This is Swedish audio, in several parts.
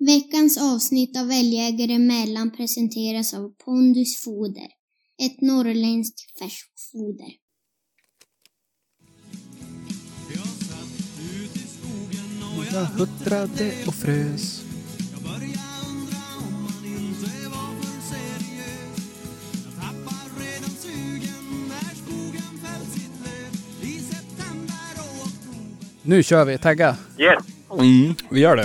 Veckans avsnitt av Älgjägare emellan presenteras av Pondus Foder, ett norrländskt färskfoder. Jag huttrade och frös. Nu kör vi, tagga. Yes. Vi gör det.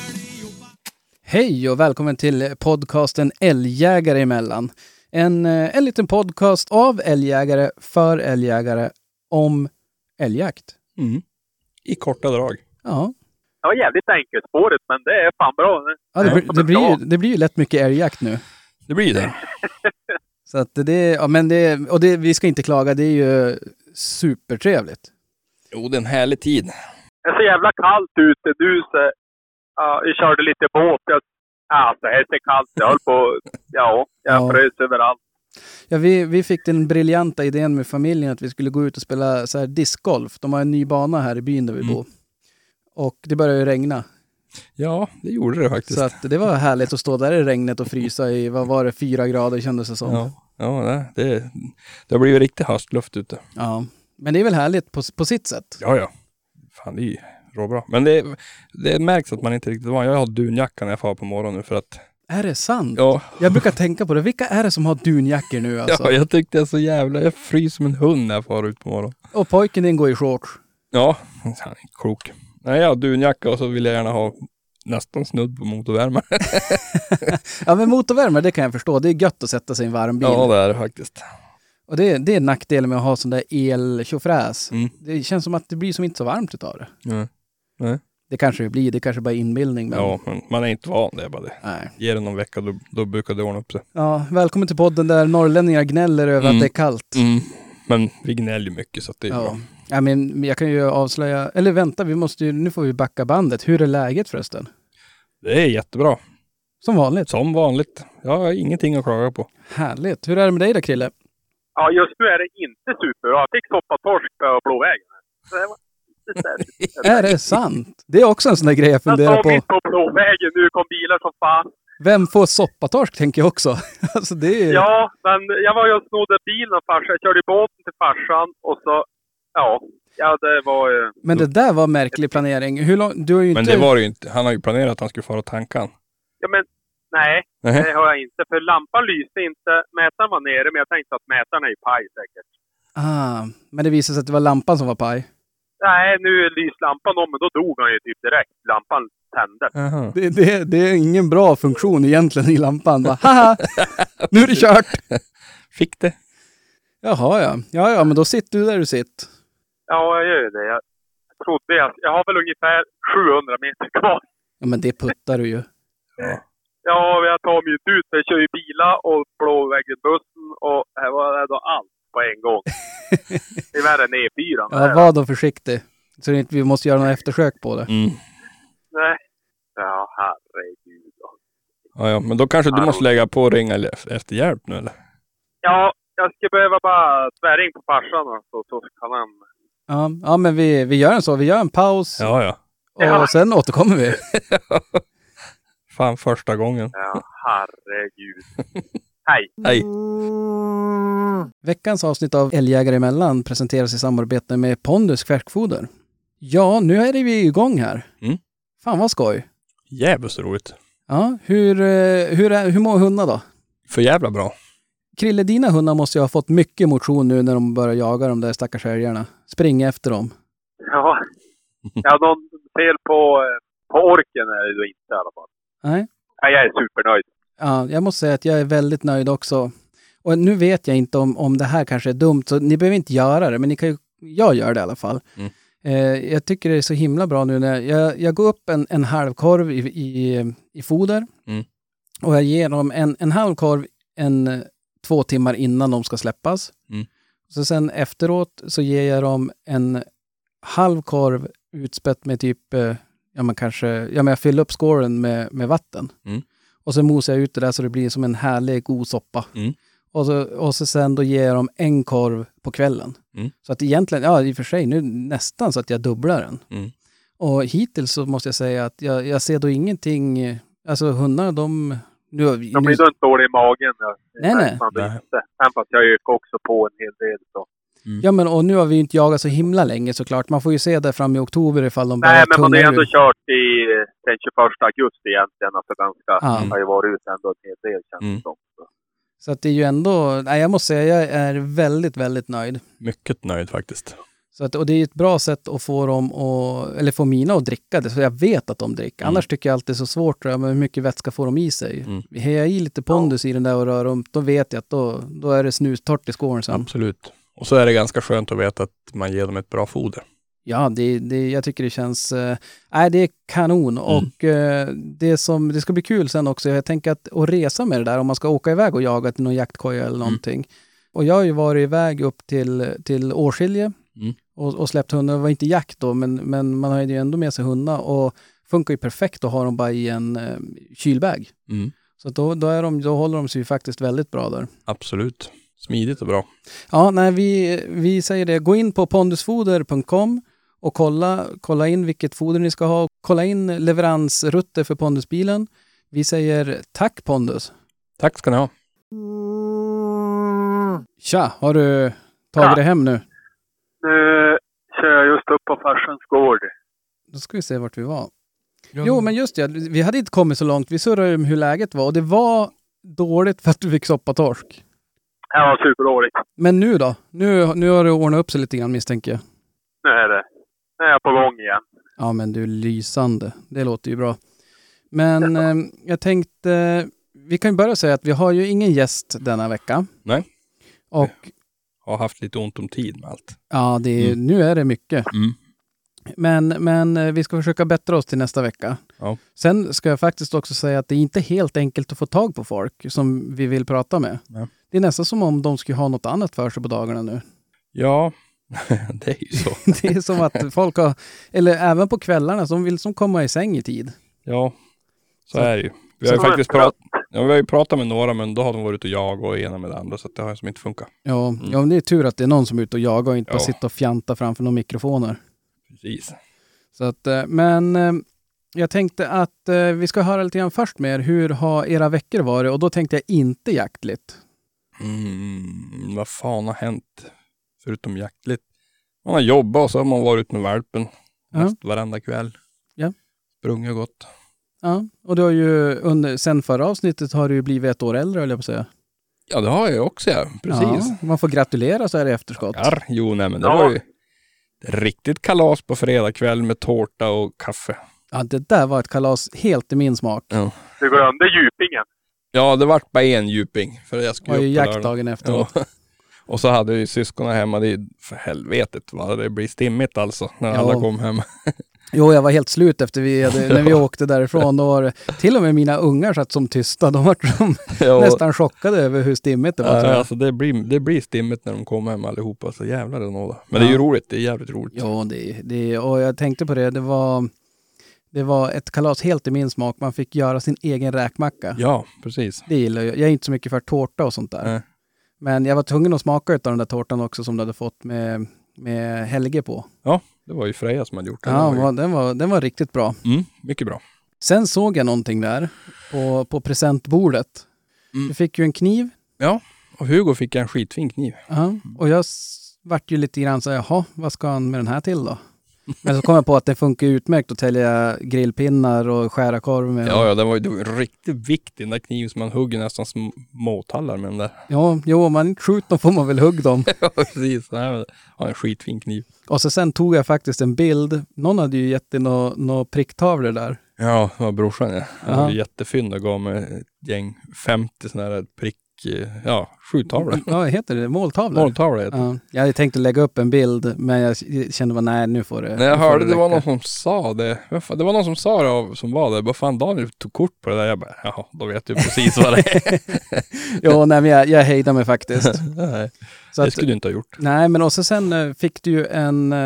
Hej och välkommen till podcasten Älgjägare emellan. En liten podcast av älgjägare för älgjägare om älgjakt. I korta drag. Ja. Det var jävligt enkelt spåret, men det är fan bra. Ja, det blir ju lätt mycket älgjakt nu. Det blir det. Så att vi ska inte klaga, det är ju supertrevligt. Jo, det är en härlig tid. Det är så jävla kallt ute nu så jag körde lite båt. Det är så kallt. Jag höll på, jag frös överallt. Ja, vi fick den briljanta idén med familjen att vi skulle gå ut och spela så här discgolf. De har en ny bana här i byn där vi bor. Och det började ju regna. Ja, det gjorde det faktiskt. Så att det var härligt att stå där i regnet och frysa i, 4 grader kändes det som. Ja, det har blivit riktigt höstluft ute. Ja, men det är väl härligt på sitt sätt. Ja. Fan, det är ju råbra. Men det märks att man inte riktigt var. Jag har dunjacka när jag far på morgonen för att... Är det sant? Ja. Jag brukar tänka på det. Vilka är det som har dunjackor nu alltså? Ja, jag tyckte det är så jävla... Jag fryser som en hund när jag far ut på morgonen. Och pojken din går i shorts. Ja, han är klok. Nej, jag har dunjacka och så vill jag gärna ha nästan snudd på motorvärmare. Ja, men motorvärmare, det kan jag förstå. Det är gött att sätta sig i en varm bil. Ja, det är det faktiskt. Och det är nackdelen med att ha sån där el-tjofräs. Det känns som att det blir som inte så varmt utav det. Nej. Det kanske det blir, det kanske bara är inbildning. Men... Ja, men man är inte van, det är bara det. Nej. Ge det någon vecka, då brukar det ordna upp sig. Ja, välkommen till podden där norrlänningar gnäller över att det är kallt. Men vi gnäller mycket så att det är bra. Ja, men jag kan ju avslöja, eller vänta, nu får vi backa bandet. Hur är läget förresten? Det är jättebra. Som vanligt? Som vanligt. Jag har ingenting att klaga på. Härligt. Hur är det med dig då, Krille? Ja, just nu är det inte superbra. Jag fick soppatorsk på Blåvägen. Så det var är det sant? Det är också en sån där grej jag funderar på. Jag mitt på Blåvägen, nu kom bilar som fan. Vem får soppatorsk, tänker jag också. Alltså, det är... Ja, men jag var ju och snodde bilen av farsan. Jag körde båten till farsan och så, det var ju... Men det där var märklig planering. Hur lång... Du har ju inte... Men det var det ju inte. Han har ju planerat att han skulle fara tankan. Ja, men nej, det har jag inte. För lampan lyste inte. Mätaren var nere, men jag tänkte att mätaren är ju paj säkert. Men det visade sig att det var lampan som var paj. Nej, nu lyste lampan om, men då dog han ju typ direkt. Lampan tände. Det är ingen bra funktion egentligen i lampan. Bara, haha, nu är det kört. Fick det. Jaha, ja, men då sitter du där du sitter. Ja, jag gör det. Jag trodde jag har väl ungefär 700 meter kvar. Ja, men det puttar du ju. Ja, jag tar mig inte ut. Jag kör ju bilar och Blåvägen-bussen och här var det då allt på en gång. Det är värre än E4. Ja, var då försiktig. Så att vi måste göra någon eftersök på det. Nej. Ja, herregud. Ja, men då kanske du måste lägga på och ringa efter hjälp nu, eller? Ja, jag ska behöva bara tväring på farsan så kan han... Ja, men vi gör en så. Vi gör en paus. Ja. Och sen återkommer vi. Fan, första gången. Ja, herregud. Hej. Veckans avsnitt av Älgjägare emellan presenteras i samarbete med Pondus färskfoder. Ja, nu är vi igång här. Fan vad skoj. Jävligt roligt. Ja, hur mår hundar då? För jävla bra. Krille, dina hundar måste ju ha fått mycket motion nu när de börjar jaga de där stackars älgarna. Springa efter dem. Ja, någon fel på orken är det då inte i alla fall. Nej. Ja, jag är supernöjd. Ja, jag måste säga att jag är väldigt nöjd också. Och nu vet jag inte om det här kanske är dumt, så ni behöver inte göra det, men ni kan ju, jag gör det i alla fall. Jag tycker det är så himla bra nu när jag går upp en halvkorv i foder. Och jag ger dem en halvkorv 2 timmar innan de ska släppas. Så sen efteråt så ger jag dem en halvkorv utspätt med typ, jag fyller upp skålen med vatten. Och så mosar jag ut det där så det blir som en härlig god soppa. Och så sen då ger jag dem en korv på kvällen. Så att egentligen, i och för sig nu nästan så att jag dubblar den. Och hittills så måste jag säga att jag ser då ingenting Alltså hundarna, de De blir då inte dåliga i magen. Nej. Även fast jag ökar också på en hel del. Så. Ja, men och nu har vi ju inte jagat så himla länge såklart. Man får ju se där fram i oktober ifall de Nej, men man har ju ändå kört i den 21 augusti egentligen. Alltså har ju varit ute ändå en hel del känns som. Så att det är ju ändå, nej, jag måste säga jag är väldigt, väldigt nöjd. Mycket nöjd faktiskt. Så att, och det är ett bra sätt att få dem eller få mina att dricka det, så jag vet att de dricker. Annars tycker jag alltid det är så svårt, men hur mycket vätska får de i sig. Har jag i lite pondus i den där och rör om, då vet jag att då är det snustort i skåren sen. Absolut. Och så är det ganska skönt att veta att man ger dem ett bra foder. Ja, jag tycker det känns... det är kanon. Och det ska bli kul sen också. Jag tänker att resa med det där, om man ska åka iväg och jaga till någon jaktkoja eller någonting. Och jag har ju varit iväg upp till Årskilje och släppt hundar. Det var inte jakt då, men man har ju ändå med sig hundar. Och funkar ju perfekt att ha dem bara i en kylbag. Så då håller de sig ju faktiskt väldigt bra där. Absolut. Smidigt och bra. Ja, nej, vi säger det. Gå in på pondusfoder.com och kolla in vilket foder ni ska ha. Kolla in leveransrutter för pondusbilen. Vi säger tack Pondus. Tack ska ni ha. Tja, har du tagit det hem nu? Nu kör jag just upp på farsans gård. Då ska vi se vart vi var. Jo, men just det. Vi hade inte kommit så långt. Vi surrade om hur läget var. Och det var dåligt för att du fick soppatorsk. Det var superdåligt. Men nu då? Nu har det ordnat upp sig lite grann, misstänker jag. Nu är jag på gång igen. Ja, men du är lysande. Det låter ju bra. Men jag tänkte... Vi kan ju börja säga att vi har ju ingen gäst denna vecka. Nej. Och har haft lite ont om tid med allt. Ja, nu är det mycket. Men vi ska försöka bättra oss till nästa vecka. Ja. Sen ska jag faktiskt också säga att det är inte helt enkelt att få tag på folk som vi vill prata med. Ja. Det är nästan som om de skulle ha något annat för sig på dagarna nu. Ja, det är ju så. Det är som att folk har, eller även på kvällarna, som vill komma i säng i tid. Ja, så är det ju. Vi har ju faktiskt pratat med några, men då har de varit ute och jagat och ena med det andra, så att det har som inte funkat. Ja, men det är tur att det är någon som är ute och jagar och inte bara sitter och fjanta framför några mikrofoner. Precis. Så att, men jag tänkte att vi ska höra lite grann först med er. Hur har era veckor varit? Och då tänkte jag inte jaktligt. Vad fan har hänt förutom jaktligt? Man har jobbat och så har man varit ut med valpen varenda kväll. Ja. Sprungit och gått. Ja, och du har ju sen förra avsnittet har du ju blivit 1 år äldre, eller jag på säga. Ja, det har jag också, ja. Precis. Ja, man får gratulera så här i efterskott. Men det var ju riktigt kalas på fredag kväll med tårta och kaffe. Ja, det där var ett kalas helt i min smak. Ja. Du glömde djupingen. Ja, det vart bara en djuping. För jag skulle ju jaktdagen efteråt. Ja. Och så hade ju syskonen hemma. Det för helvetet vad det blir stimmigt alltså när alla kom hem. Jo, jag var helt slut efter när vi åkte därifrån. Då var det, till och med mina ungar satt som tysta. De var nästan chockade över hur stimmigt det var. Ja, alltså det blir stimmigt när de kommer hem allihopa. Så jävlar det nåda. Men det är ju roligt. Det är jävligt roligt. Ja, och jag tänkte på det. Det var ett kalas helt i min smak. Man fick göra sin egen räkmacka. Ja, precis. Det gillar jag. Jag är inte så mycket för tårta och sånt där. Nej. Men jag var tvungen att smaka av den där tårtan också som du hade fått med Helge på. Ja, det var ju Freja som hade gjort det. Ja, den var riktigt bra. Mycket bra. Sen såg jag någonting där på presentbordet. Du fick ju en kniv. Ja, och Hugo fick en skitfin kniv. Ja, och jag vart ju lite grann så jaha, vad ska han med den här till då? Men så kom jag på att det funkar utmärkt att tälja grillpinnar och skära korv med. Ja, det var riktigt viktigt, den där kniven som man hugger nästan småtallar med den där. Ja, om man inte skjuter dem får man väl hugga dem. Ja, precis. Ja, en skitfin kniv. Och så sen tog jag faktiskt en bild. Någon hade ju gett några pricktavlor där. Ja, det var brorsan. Ja. Han var jättefynd och gav mig ett gäng 50 sådana här skjuttavlor. Ja, heter det? Måltavlor? Måltavlor heter det. Ja. Jag hade tänkt att lägga upp en bild, men jag kände bara, nej, nu får det. Nej, jag hörde det var någon som sa det. Det var någon som sa det, som var där. Bara fan, Daniel tog kort på det där. Jag bara, jaha, då vet du precis vad det är. Jo, nej, men jag hejdar mig faktiskt. Nej, så det skulle du inte ha gjort. Nej, men också sen fick du ju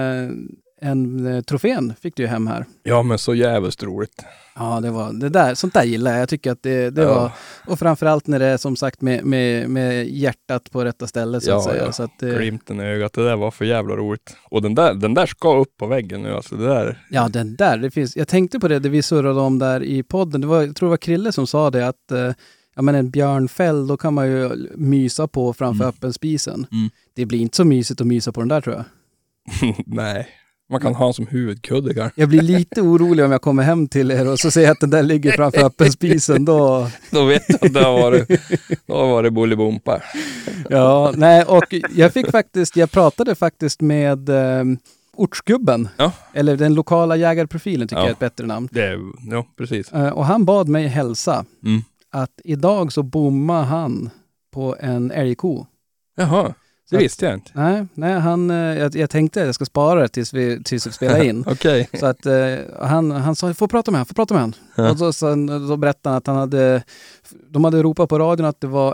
en trofén fick du ju hem här. Ja, men så jävligt roligt. Ja, det var det där. Sånt där gillar jag. Jag tycker att det var... Och framförallt när det är som sagt med hjärtat på rätta stället så att säga. Ja. Så att, glimten i ögat, det där var för jävla roligt. Och den där ska upp på väggen nu, alltså det där. Ja, den där, det finns. Jag tänkte på det vi surrade om där i podden. Jag tror det var Krille som sa det att men en björnfäll, då kan man ju mysa på framför öppen spisen. Det blir inte så mysigt att mysa på den där tror jag. Nej, man kan ha en som huvudkudde kanske. Jag blir lite orolig om jag kommer hem till er och så ser jag att den där ligger framför öppen spisen. Då vet jag att det har varit bullybompa. Ja, nej, och jag pratade faktiskt med ortsgubben. Ja. Eller den lokala jägarprofilen tycker jag är ett bättre namn. Ja, precis. Och han bad mig hälsa att idag så bommar han på en älgko. Jaha, det visste jag inte. Nej, jag tänkte att jag ska spara det tills vi spelar in. Okej. Så att han sa, får prata med han. Ja. Och så berättade han att de hade ropat på radion att det var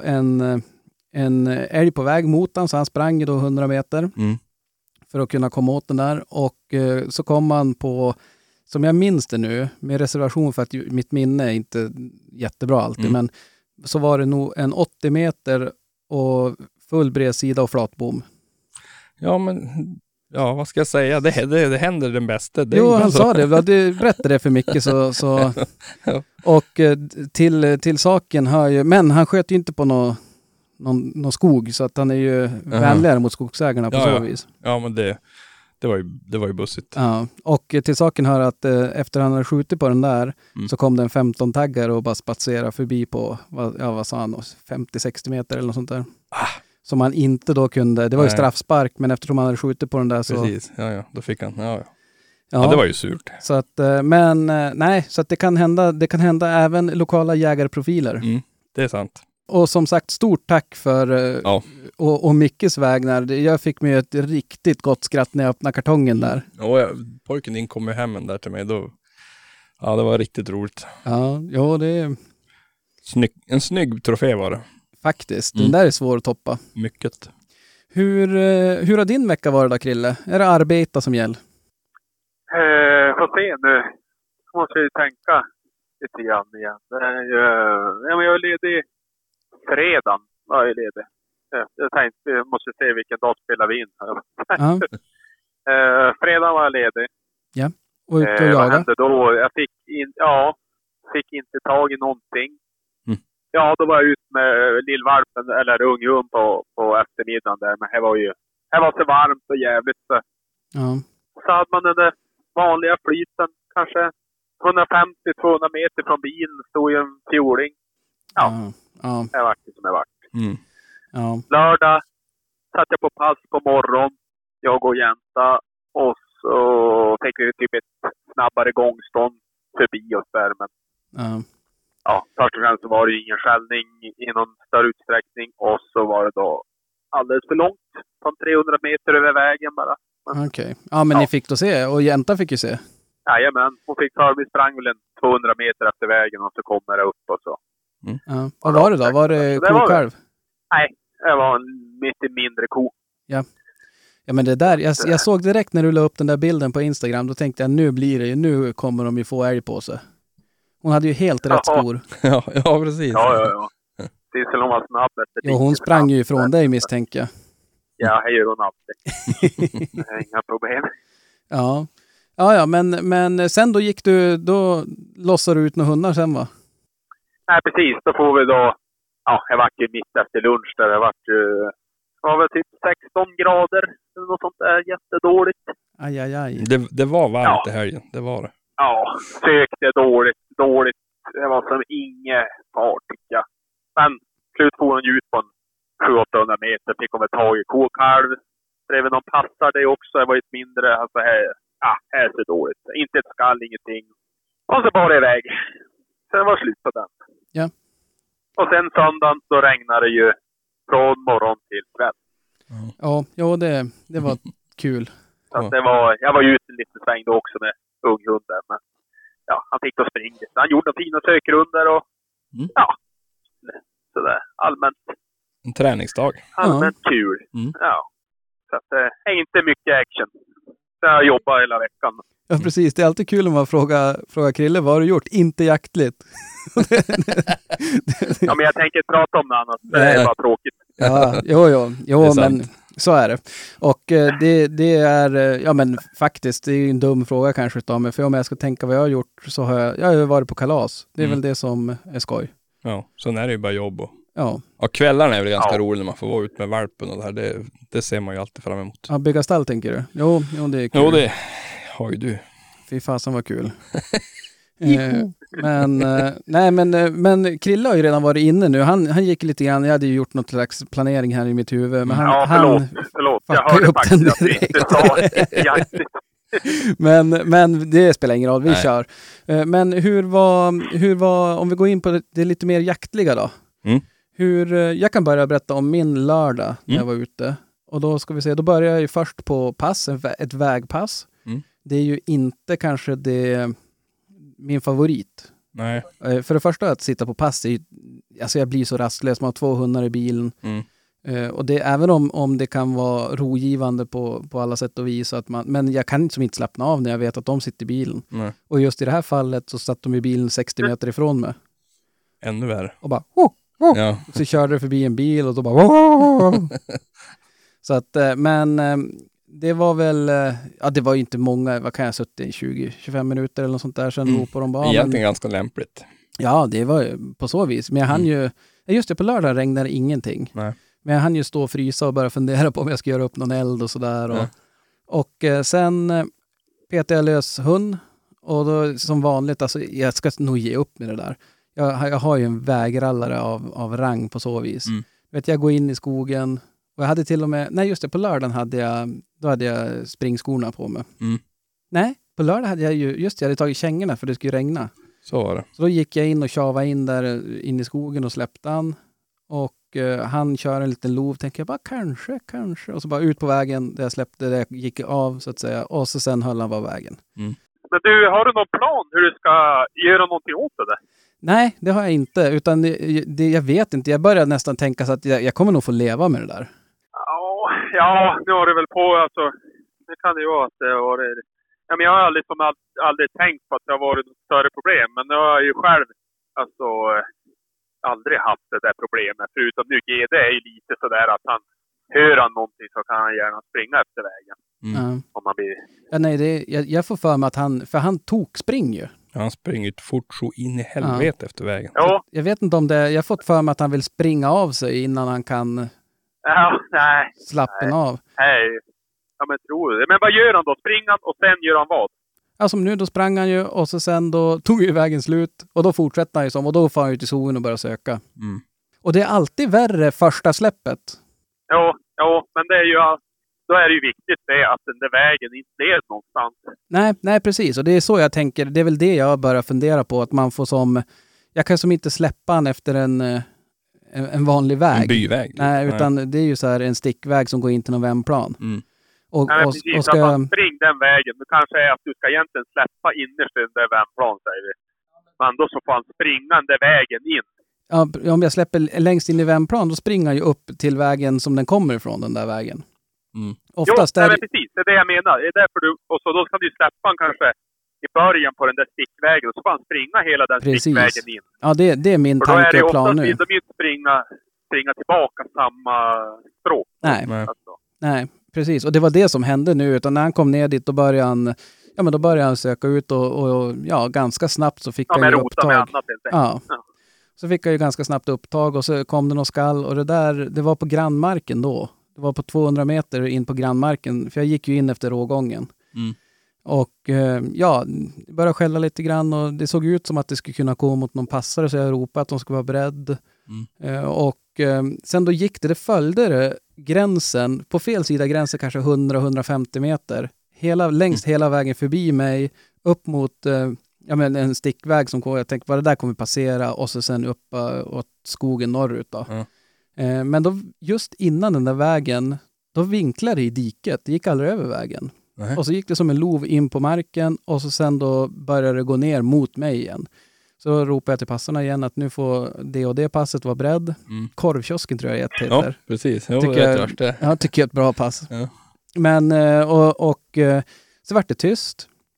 en älg på väg mot han, så han sprang då 100 meter för att kunna komma åt den där. Och så kom han på, som jag minns det nu, med reservation för att mitt minne är inte jättebra alltid, men så var det nog en 80 meter och full bredsida och flatbom. Ja, men vad ska jag säga? Det händer den bästa. Han sa det. Du berättade det för mycket så. Ja. Och till saken hör ju, men han sköt ju inte på någon skog, så att han är ju vänligare mot skogsägarna på så vis. Ja, men det var ju bussigt. Ja, och till saken hör att efter han hade skjutit på den där så kom det en 15-taggare och bara spatserade förbi på, vad sa han, 50-60 meter eller något sånt där. Som han inte då kunde, det var ju straffspark, men eftersom han hade skjutit på den där så... Precis, då fick han, Ja, det var ju surt. Så att, så att det kan hända även lokala jägarprofiler. Det är sant. Och som sagt, stort tack för och Mickes vägnar. Jag fick mig ett riktigt gott skratt när jag öppnade kartongen där. Pojken din kom ju hem där till mig då. Ja, det var riktigt roligt. Ja, det är... En snygg trofé var det. Faktiskt, den där är svår att toppa. Mycket. Hur har din vecka varit då, Krille? Är det arbeta som gäller? Får se nu. Måste jag tänka lite grann igen. Jag är ledig fredagen. Jag är ledig. Jag tänkte, jag måste se vilken dag spelar vi in. Fredagen var jag ledig. Ja, och ut och jaga. Vad hände då? Jag fick inte tag i någonting. Ja, då var jag ut med lillvalpen eller unghund på eftermiddagen där. Men här var så varmt och jävligt. Så hade man den där vanliga flyten, kanske 150-200 meter från bilen stod ju en fjoling. Det var det som det var. Lördag satt jag på pass på morgon. Jag och Jänta. Och så fick vi typ ett snabbare gångstånd förbi oss där. Men först och främst så var det ingen skällning i någon större utsträckning. Och så var det då alldeles för långt. Från 300 meter över vägen bara. Okej. Ja, men ni fick då se. Och Jänta fick ju se. Jajamän. Hon fick för vi sprang väl 200 meter efter vägen och så kommer det upp och så. Vad var det då? Var det kokalv? Nej, det var en mycket mindre ko. Ja, men det där, jag såg direkt när du la upp den där bilden på Instagram, då tänkte jag nu kommer de ju få älg på sig. Hon hade ju helt rätt skor. Ja, precis. Ja. Tills hon var snabb efter det. Ja, hon sprang ju ifrån dig misstänker jag. Ja, det gör hon alltid. Det är inga problem. Ja, men sen då lossade du ut några hundar sen va? Nej, precis. Då får vi då, jag var ju mitt efter lunch där. Det var väl typ 16 grader. Något sånt där jättedåligt. Aj. Det var varmt i helgen, det var det. Ja, sökte dåligt. Det var som inget fart tycker jag. Men slut får hon ut på en 700-800 meter. Fick hon väl tag i kokalv. Drev någon passar det också. Det var ett mindre, alltså här är så dåligt. Inte ett skall, ingenting. Och så bara iväg. Sen var slut på den. Ja. Och sen söndagen då regnade det ju från morgon till kväll. Ja, det var kul. Så att jag var ute lite sväng då också med unghunden. Men han fick då springa. Han gjorde fina sökrundor och sådär allmänt. En träningsdag. Allmänt kul. Ja. Så att det är inte mycket action. Jag jobbar hela veckan. Ja, precis. Det är alltid kul om man frågar Krille, vad har du gjort? Inte jaktligt. Ja, men jag tänker inte prata om det annat. Det är bara tråkigt. Ja, jo men så är det. Och det är, ja men faktiskt, det är en dum fråga kanske utav mig. För om jag ska tänka vad jag har gjort så har jag varit på kalas. Det är väl det som är skoj. Ja, så är det ju bara jobb. Ja, kvällarna är väl ganska roligt när man får vara ut med valpen och det här. Det ser man ju alltid fram emot. Ja, bygga stall tänker du? Jo, det är kul. Jo, det har ju du. Fy fasen var kul. Men Krille har ju redan varit inne nu. Han gick lite grann, jag hade ju gjort något slags planering här i mitt huvud. Men förlåt. Jag hörde faktiskt att vi inte sa jaktligt. men det spelar ingen roll, vi kör. Men hur var, om vi går in på det lite mer jaktliga då. Jag kan börja berätta om min lördag när jag var ute. Och då ska vi se, då börjar jag ju först på pass, ett vägpass. Det är ju inte kanske min favorit. Nej. För det första att sitta på pass, alltså jag blir så rastlös, man har 200 i bilen. Och det, även om det kan vara rogivande på alla sätt och vis, men jag kan inte slappna av när jag vet att de sitter i bilen. Nej. Och just i det här fallet så satt de i bilen 60 meter ifrån mig. Ännu värre. Och bara, Ja. Så körde det förbi en bil och då bara, Så att, men det var väl, det var ju inte många, vad kan jag suttit i 20-25 minuter eller något sånt där, sen ropade de bara. Egentligen ganska lämpligt. Ja, det var ju på så vis. Men jag hann ju, just det, på lördag regnade ingenting. Nej. Men jag hann ju stå och frysa och börja fundera på om jag ska göra upp någon eld och sådär. Och sen petade jag lös hund. Och då som vanligt, alltså jag ska nog ge upp med det där. Jag har ju en vägrallare av rang på så vis. Vet jag går in i skogen och jag hade till och med, nej just det, på lördagen hade jag springskorna på mig. Nej, på lördag hade jag hade tagit kängorna för det skulle regna. Så var det. Så då gick jag in och tjavade in där in i skogen och släppte han. Och han kör en liten lov, tänker jag bara kanske. Och så bara ut på vägen där jag släppte, där jag gick av så att säga. Och så sen höll han var vägen. Men du, har du någon plan hur du ska göra någonting åt det? Nej, det har jag inte. Utan jag vet inte. Jag börjar nästan tänka så att jag kommer nog få leva med det där. Ja, nu har du väl på, alltså. Det kan ju vara att det har varit. Ja, men jag har aldrig tänkt på att det har varit ett större problem. Men nu har jag ju själv alltså aldrig haft det där problemet. Förutom nu GD är ju lite sådär att hör han någonting så kan han gärna springa efter vägen. Om man blir. Ja, nej, jag får för mig att han springer ju. Ja, han springer ju fort så in i helvete efter vägen. Ja. Jag vet inte om jag har fått för mig att han vill springa av sig innan han kan slappna av. Nej. Ja, men tror du. Men vad gör han då? Springer han och sen gör han vad? Alltså nu då sprang han ju och så sen då tog ju vägen slut och då fortsätter han ju som och då får han ju till zonen och börjar söka. Och det är alltid värre första släppet. Ja, men det är ju då är det ju viktigt att den där vägen inte leder någonstans. Nej, precis. Och det är så jag tänker. Det är väl det jag börjar fundera på. Att man får jag kan som inte släppa han efter en vanlig väg. En byväg. Nej, utan det är ju så här en stickväg som går in till någon vändplan. Nej, precis. Och ska att man springer den vägen. Det kanske är att du ska egentligen släppa innerst under vändplan, säger vi. Men då så får han springa den där vägen in. Ja, om jag släpper längst in i vändplan, då springer han ju upp till vägen som den kommer ifrån, den där vägen. Oftast nej, precis. Det är det jag menar. Det är därför och så då ska du släppa han kanske i början på den där stickvägen och så får han springa hela den stickvägen in. Ja, det är min tanke och plan nu. Och då är det oftast inte springa tillbaka samma språk. Nej, precis. Och det var det som hände nu. Utan när han kom ner dit, då började han söka ut och ganska snabbt så fick han ju upptag. Med annat, ja. Så fick jag ju ganska snabbt upptag och så kom det någon skall och det var på grannmarken då. Det var på 200 meter in på grannmarken, för jag gick ju in efter rågången. Och började skälla lite grann och det såg ut som att det skulle kunna gå mot någon passare så jag ropade att de skulle vara beredd. Och sen då gick det följde gränsen, på fel sida gränsen kanske 100-150 meter. Längs hela vägen förbi mig upp mot en stickväg som jag tänkte bara det där kommer passera och så sen upp åt skogen norrut då. Men då just innan den där vägen då vinklade det i diket, det gick aldrig över vägen. Och så gick det som en lov in på marken och så sen då började det gå ner mot mig igen. Så ropade jag till passarna igen att nu får det och det passet vara beredd. Korvkiosken tror jag heter. Ja, precis. Tycker jag är ett bra pass. Ja. Men och så vart det tyst.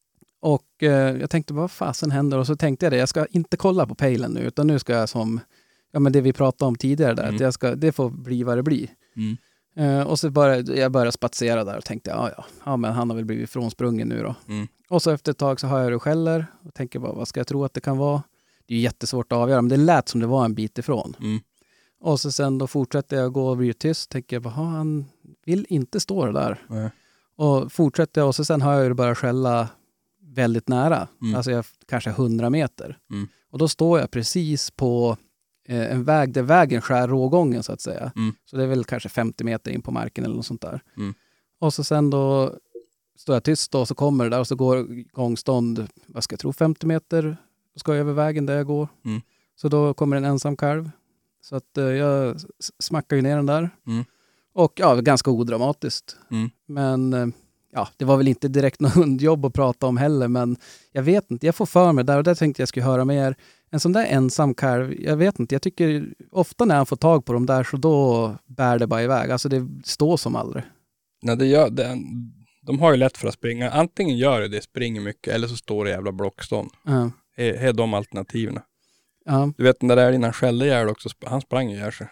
Och jag tänkte, vad fasen händer? Och så tänkte jag det, jag ska inte kolla på pejlen nu, utan nu ska jag som, men det vi pratade om tidigare där, att det får bli vad det blir. Och så började spatsera där och tänkte, ja, men han har väl blivit frånsprungen nu då. Och så efter ett tag så hör jag det skäller och tänker bara, vad ska jag tro att det kan vara? Det är jättesvårt att avgöra, men det lät som det var en bit ifrån. Och så sen då fortsätter jag gå och bli tyst, tänker jag, han vill inte stå där. Och fortsätter jag, och så sen hör jag det bara skälla väldigt nära. Alltså jag kanske 100 meter. Och då står jag precis på en väg där vägen skär rågången så att säga. Så det är väl kanske 50 meter in på marken eller något sånt där. Och så sen då står jag tyst och så kommer det där och så går gångstånd, vad ska jag tro, 50 meter. Då ska jag över vägen där jag går. Så då kommer en ensam kalv. Så att jag smackar ju ner den där. Och ganska odramatiskt. Men det var väl inte direkt någon hundjobb att prata om heller, men jag vet inte, jag får för mig där, och där tänkte jag skulle höra mer. En sån där ensam kalv, jag vet inte, jag tycker ofta när han får tag på dem där så då bär det bara iväg. Alltså det står som aldrig. Nej, de har ju lätt för att springa. Antingen gör det springer mycket, eller så står det jävla blockstånd. Är de alternativen. Du vet den där älgen han skällde ihjäl också, han sprang ihjäl sig.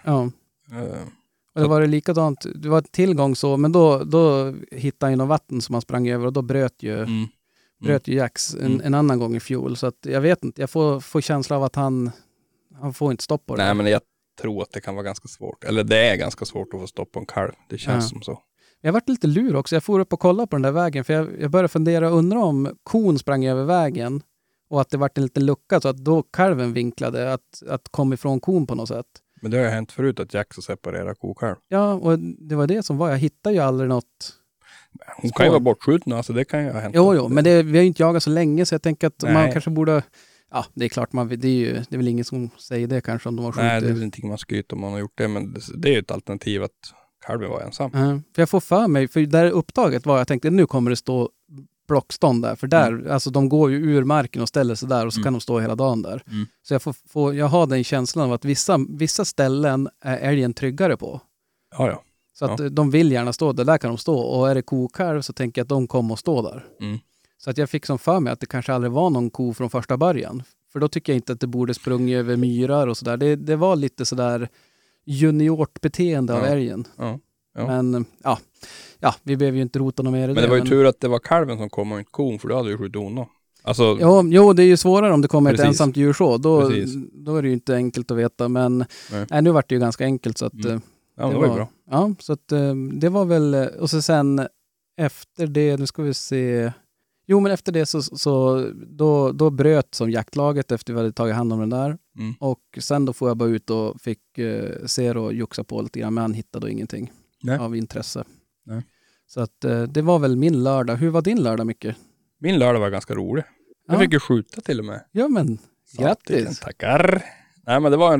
Och det var det likadant, det var tillgång så, men då hittade han någon vatten som han sprang över och då bröt ju Jax en annan gång i fjol. Så att jag vet inte, jag får känsla av att han får inte stopp på det. Nej, men jag tror att det kan vara ganska svårt. Eller det är ganska svårt att få stopp på en kalv. Det känns som så. Jag har varit lite lur också. Jag får upp och kolla på den där vägen. För jag började fundera och undra om kon sprang över vägen. Och att det var en liten lucka så att då kalven vinklade att komma ifrån kon på något sätt. Men det har ju hänt förut att Jax har separerat kokalv. Ja, och det var det som var. Jag hittade ju aldrig något. Hon kan ju vara bortskjuten, alltså det kan ju ha hänt. Jo, men vi har ju inte jagat så länge så jag tänker att man kanske borde. Ja, det är klart, det är väl ingen som säger det kanske om de har skjutit. Nej, det är väl ingenting man skryter om man har gjort det, men det är ju ett alternativ att kalven var ensam. För jag får för mig, för där upptaget var jag tänkte nu kommer det stå blockstånd där, för där, alltså de går ju ur marken och ställer sig där och så kan de stå hela dagen där. Så jag har den känslan av att vissa ställen är älgen tryggare på. Ja. Så att de vill gärna stå där kan de stå, och är det kokalv så tänker jag att de kommer att stå där. Så att jag fick som för mig att det kanske aldrig var någon ko från första början. För då tycker jag inte att det borde sprungit över myrar och sådär. Det var lite sådär juniort beteende av älgen. Ja. Men vi behöver ju inte rota något mer i det. Men det var ju tur att det var kalven som kom och inte kon, för då hade ju skjutit honom. Alltså, jo, det är ju svårare om det kommer ett ensamt djur så. Då är det ju inte enkelt att veta. Men nu var det ju ganska enkelt så att ja, det var ju bra. Ja, så att det var väl, och så sen efter det, nu ska vi se. Jo, men efter det så då bröt som jaktlaget efter vi hade tagit hand om den där. Och sen då får jag bara ut och fick se och joxa på lite grann, men han hittade då ingenting av intresse. Nej. Så att det var väl min lördag. Hur var din lördag, Micke? Min lördag var ganska rolig. Jag fick ju skjuta till och med. Ja, men grattis. Tackar. Nej, men det var en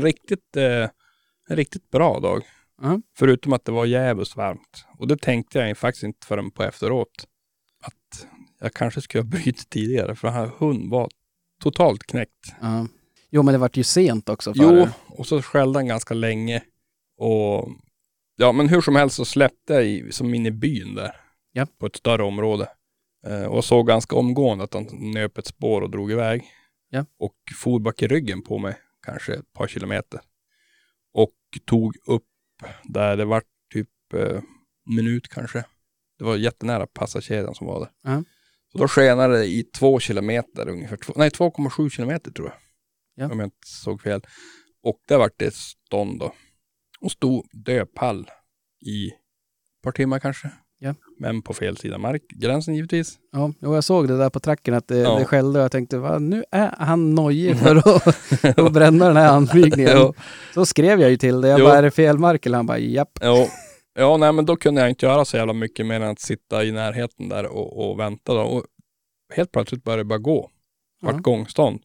riktigt bra dag. Förutom att det var jävligt varmt. Och det tänkte jag faktiskt inte förrän på efteråt. Att jag kanske skulle ha brytt tidigare. För den här hunden var totalt knäckt. Jo, men det var ju sent också. Jo, och så skällde han ganska länge. Och ja, men hur som helst så släppte jag som in i byn där. Ja. På ett större område. Och såg ganska omgående att han nöp ett spår och drog iväg. Ja. Och for bak i ryggen på mig. Kanske ett par kilometer. Och tog upp där det var typ minut kanske. Det var jättenära passageraren som var där. Så då skenade det i 2 kilometer ungefär. 2,7 kilometer tror jag. Ja. Om jag inte såg fel. Och där var det stånd då. Och stod döpall i ett par timmar kanske. Ja. Men på fel sida markgränsen givetvis. Ja, och jag såg det där på tracken att det skällde och jag tänkte, nu är han nojig för att bränna den här anflygningen. Så skrev jag ju till det. Jag bara, är det fel mark? Eller han bara, japp. Ja, nej, men då kunde jag inte göra så jävla mycket mer än att sitta i närheten där och vänta då. Och helt plötsligt började det bara gå. Vart gångstånd.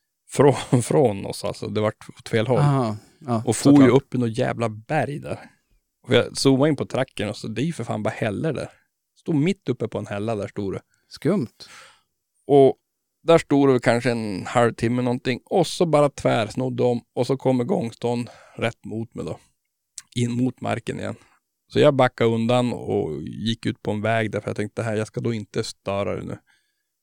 Från oss alltså. Det var åt fel håll. Och for ju upp i något jävla berg där. Och jag zoomade in på tracken och så det är ju för fan bara häller där. Stod mitt uppe på en hälla där stod det. Skumt. Och där stod det kanske en halvtimme någonting. Och så bara tvärsnodde om. Och så kommer gångstånd rätt mot mig då. In mot marken igen. Så jag backade undan och gick ut på en väg därför jag tänkte jag ska då inte störa det nu.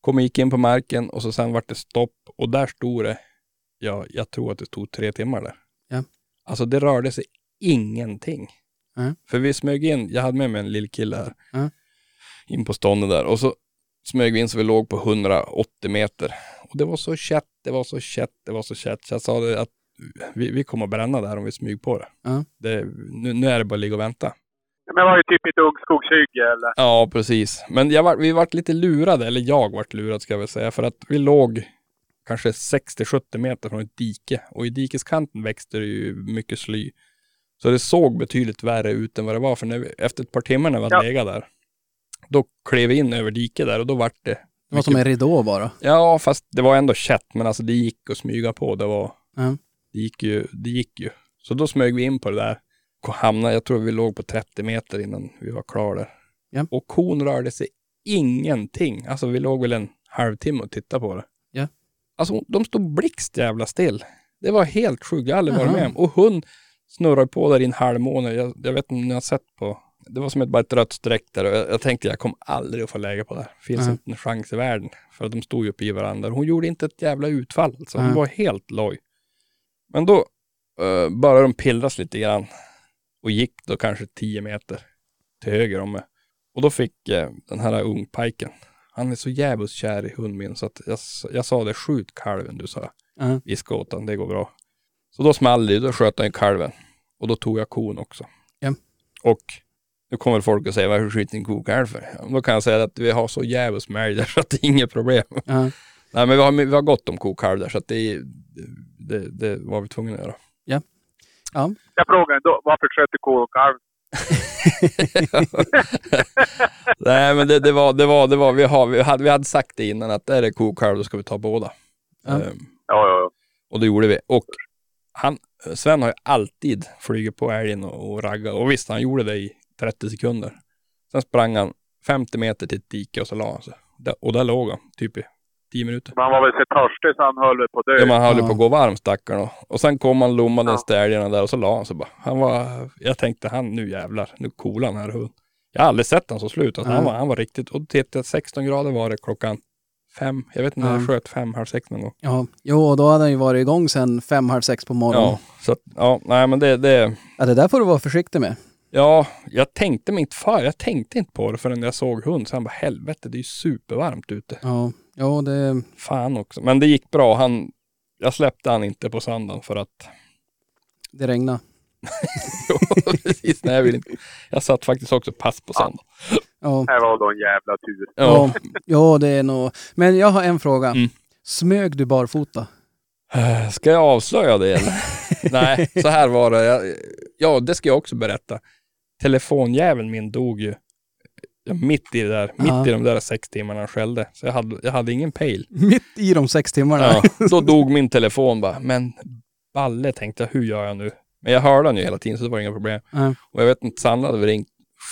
gick in på marken och så sen vart det stopp. Och där stod det, jag tror att det stod 3 timmar där. Ja. Alltså det rörde sig ingenting. För vi smög in, jag hade med mig en lill kille här. In på ståndet där. Och så smög vi in så vi låg på 180 meter. Och det var så kätt. Så jag sa det att vi kommer att bränna där om vi smyg på det. Nu är det bara att ligga och vänta. Men det var ju typ ett ungskogshygge eller? Ja, precis. Men vi vart lite lurade, eller jag vart lurad ska jag väl säga. För att vi låg kanske 60-70 meter från ett dike. Och i dikeskanten växte det ju mycket sly. Så det såg betydligt värre ut än vad det var. För efter ett par timmar när vi hade legat där, då klev vi in över diket där och då vart det... Det var som en ridå bara. Ja, fast det var ändå kätt. Men alltså det gick att smyga på. Det gick ju. Så då smög vi in på det där. Jag tror vi låg på 30 meter innan vi var klara där. Ja. Och kon rörde sig ingenting. Alltså vi låg väl en halvtimme och tittade på det. Ja. Alltså de stod blixt jävla still. Det var helt sjukt. Jag har aldrig varit med om. Och hon snurrade på där i en halvmåne. Jag vet inte om ni har sett på. Det var som bara ett rött streck där. Och jag tänkte jag kommer aldrig att få lägga på det. Finns inte en chans i världen. För att de stod ju uppe i varandra. Hon gjorde inte ett jävla utfall. Så hon var helt loj. Men då började de pillras lite grann. Och gick då kanske 10 meter till höger om mig. Och då fick den här ungpajken. Han är så jävligt kär i hund min. Så att jag sa det, skjut kalven du sa. I skåtan, det går bra. Så då small det, då sköt han kalven. Och då tog jag kon också. Ja. Och nu kommer folk att säga, varför skjuter en kokalv för? Då kan jag säga att vi har så jävligt smälj där så att det är inget problem. Nej, men vi har gott om kokalv där så att det var vi tvungna att göra. Ja. Ja. Jag frågar då, varför sköter kokalv? Nej, men vi hade sagt det innan att är det kokalv då ska vi ta båda. Ja. Och det gjorde vi. Och Sven har ju alltid flugit på älgen och raggat. Och visst, han gjorde det i 30 sekunder. Sen sprang han 50 meter till ett dike och så la han sig. Och där låg han, typ i 10 minuter. Man var väl så törstig så han höll på dö. Ja, man höll på att gå varm stackarn. Och sen kom han lommade älgarna där och så la han sig bara. Jag tänkte, nu jävlar, nu coolar han här hund. Jag har aldrig sett han så slut. Alltså, han var riktigt, och till 16 grader var det klockan 5. Jag vet inte när jag sköt 5:30 någon gång. Ja, jo, då hade han ju varit igång sen 5:30 på morgonen. Ja, så att, nej men det... Ja, det där får du vara försiktig med. Ja, jag tänkte inte på det förrän jag såg hund. Så han bara, helvete, det är ju supervarmt ute. Ja, det... Fan också. Men det gick bra. Jag släppte han inte på söndagen för att... Det regnade. Jo, precis. Nej, jag vill inte. Jag satt faktiskt också pass på söndag. Ja. Det var då en jävla tur. Ja, det är nog... Men jag har en fråga. Smög du barfota? Ska jag avslöja det eller? Nej, så här var det. Ja, det ska jag också berätta. Telefonjäveln min dog ju mitt i de där 6 timmarna han skällde. Så jag hade ingen pejl. Mitt i de 6 timmarna? Ja, då dog min telefon bara. Men balle, tänkte jag, hur gör jag nu? Men jag hörde den ju hela tiden så det var inga problem. Och jag vet inte, Sandra hade ringt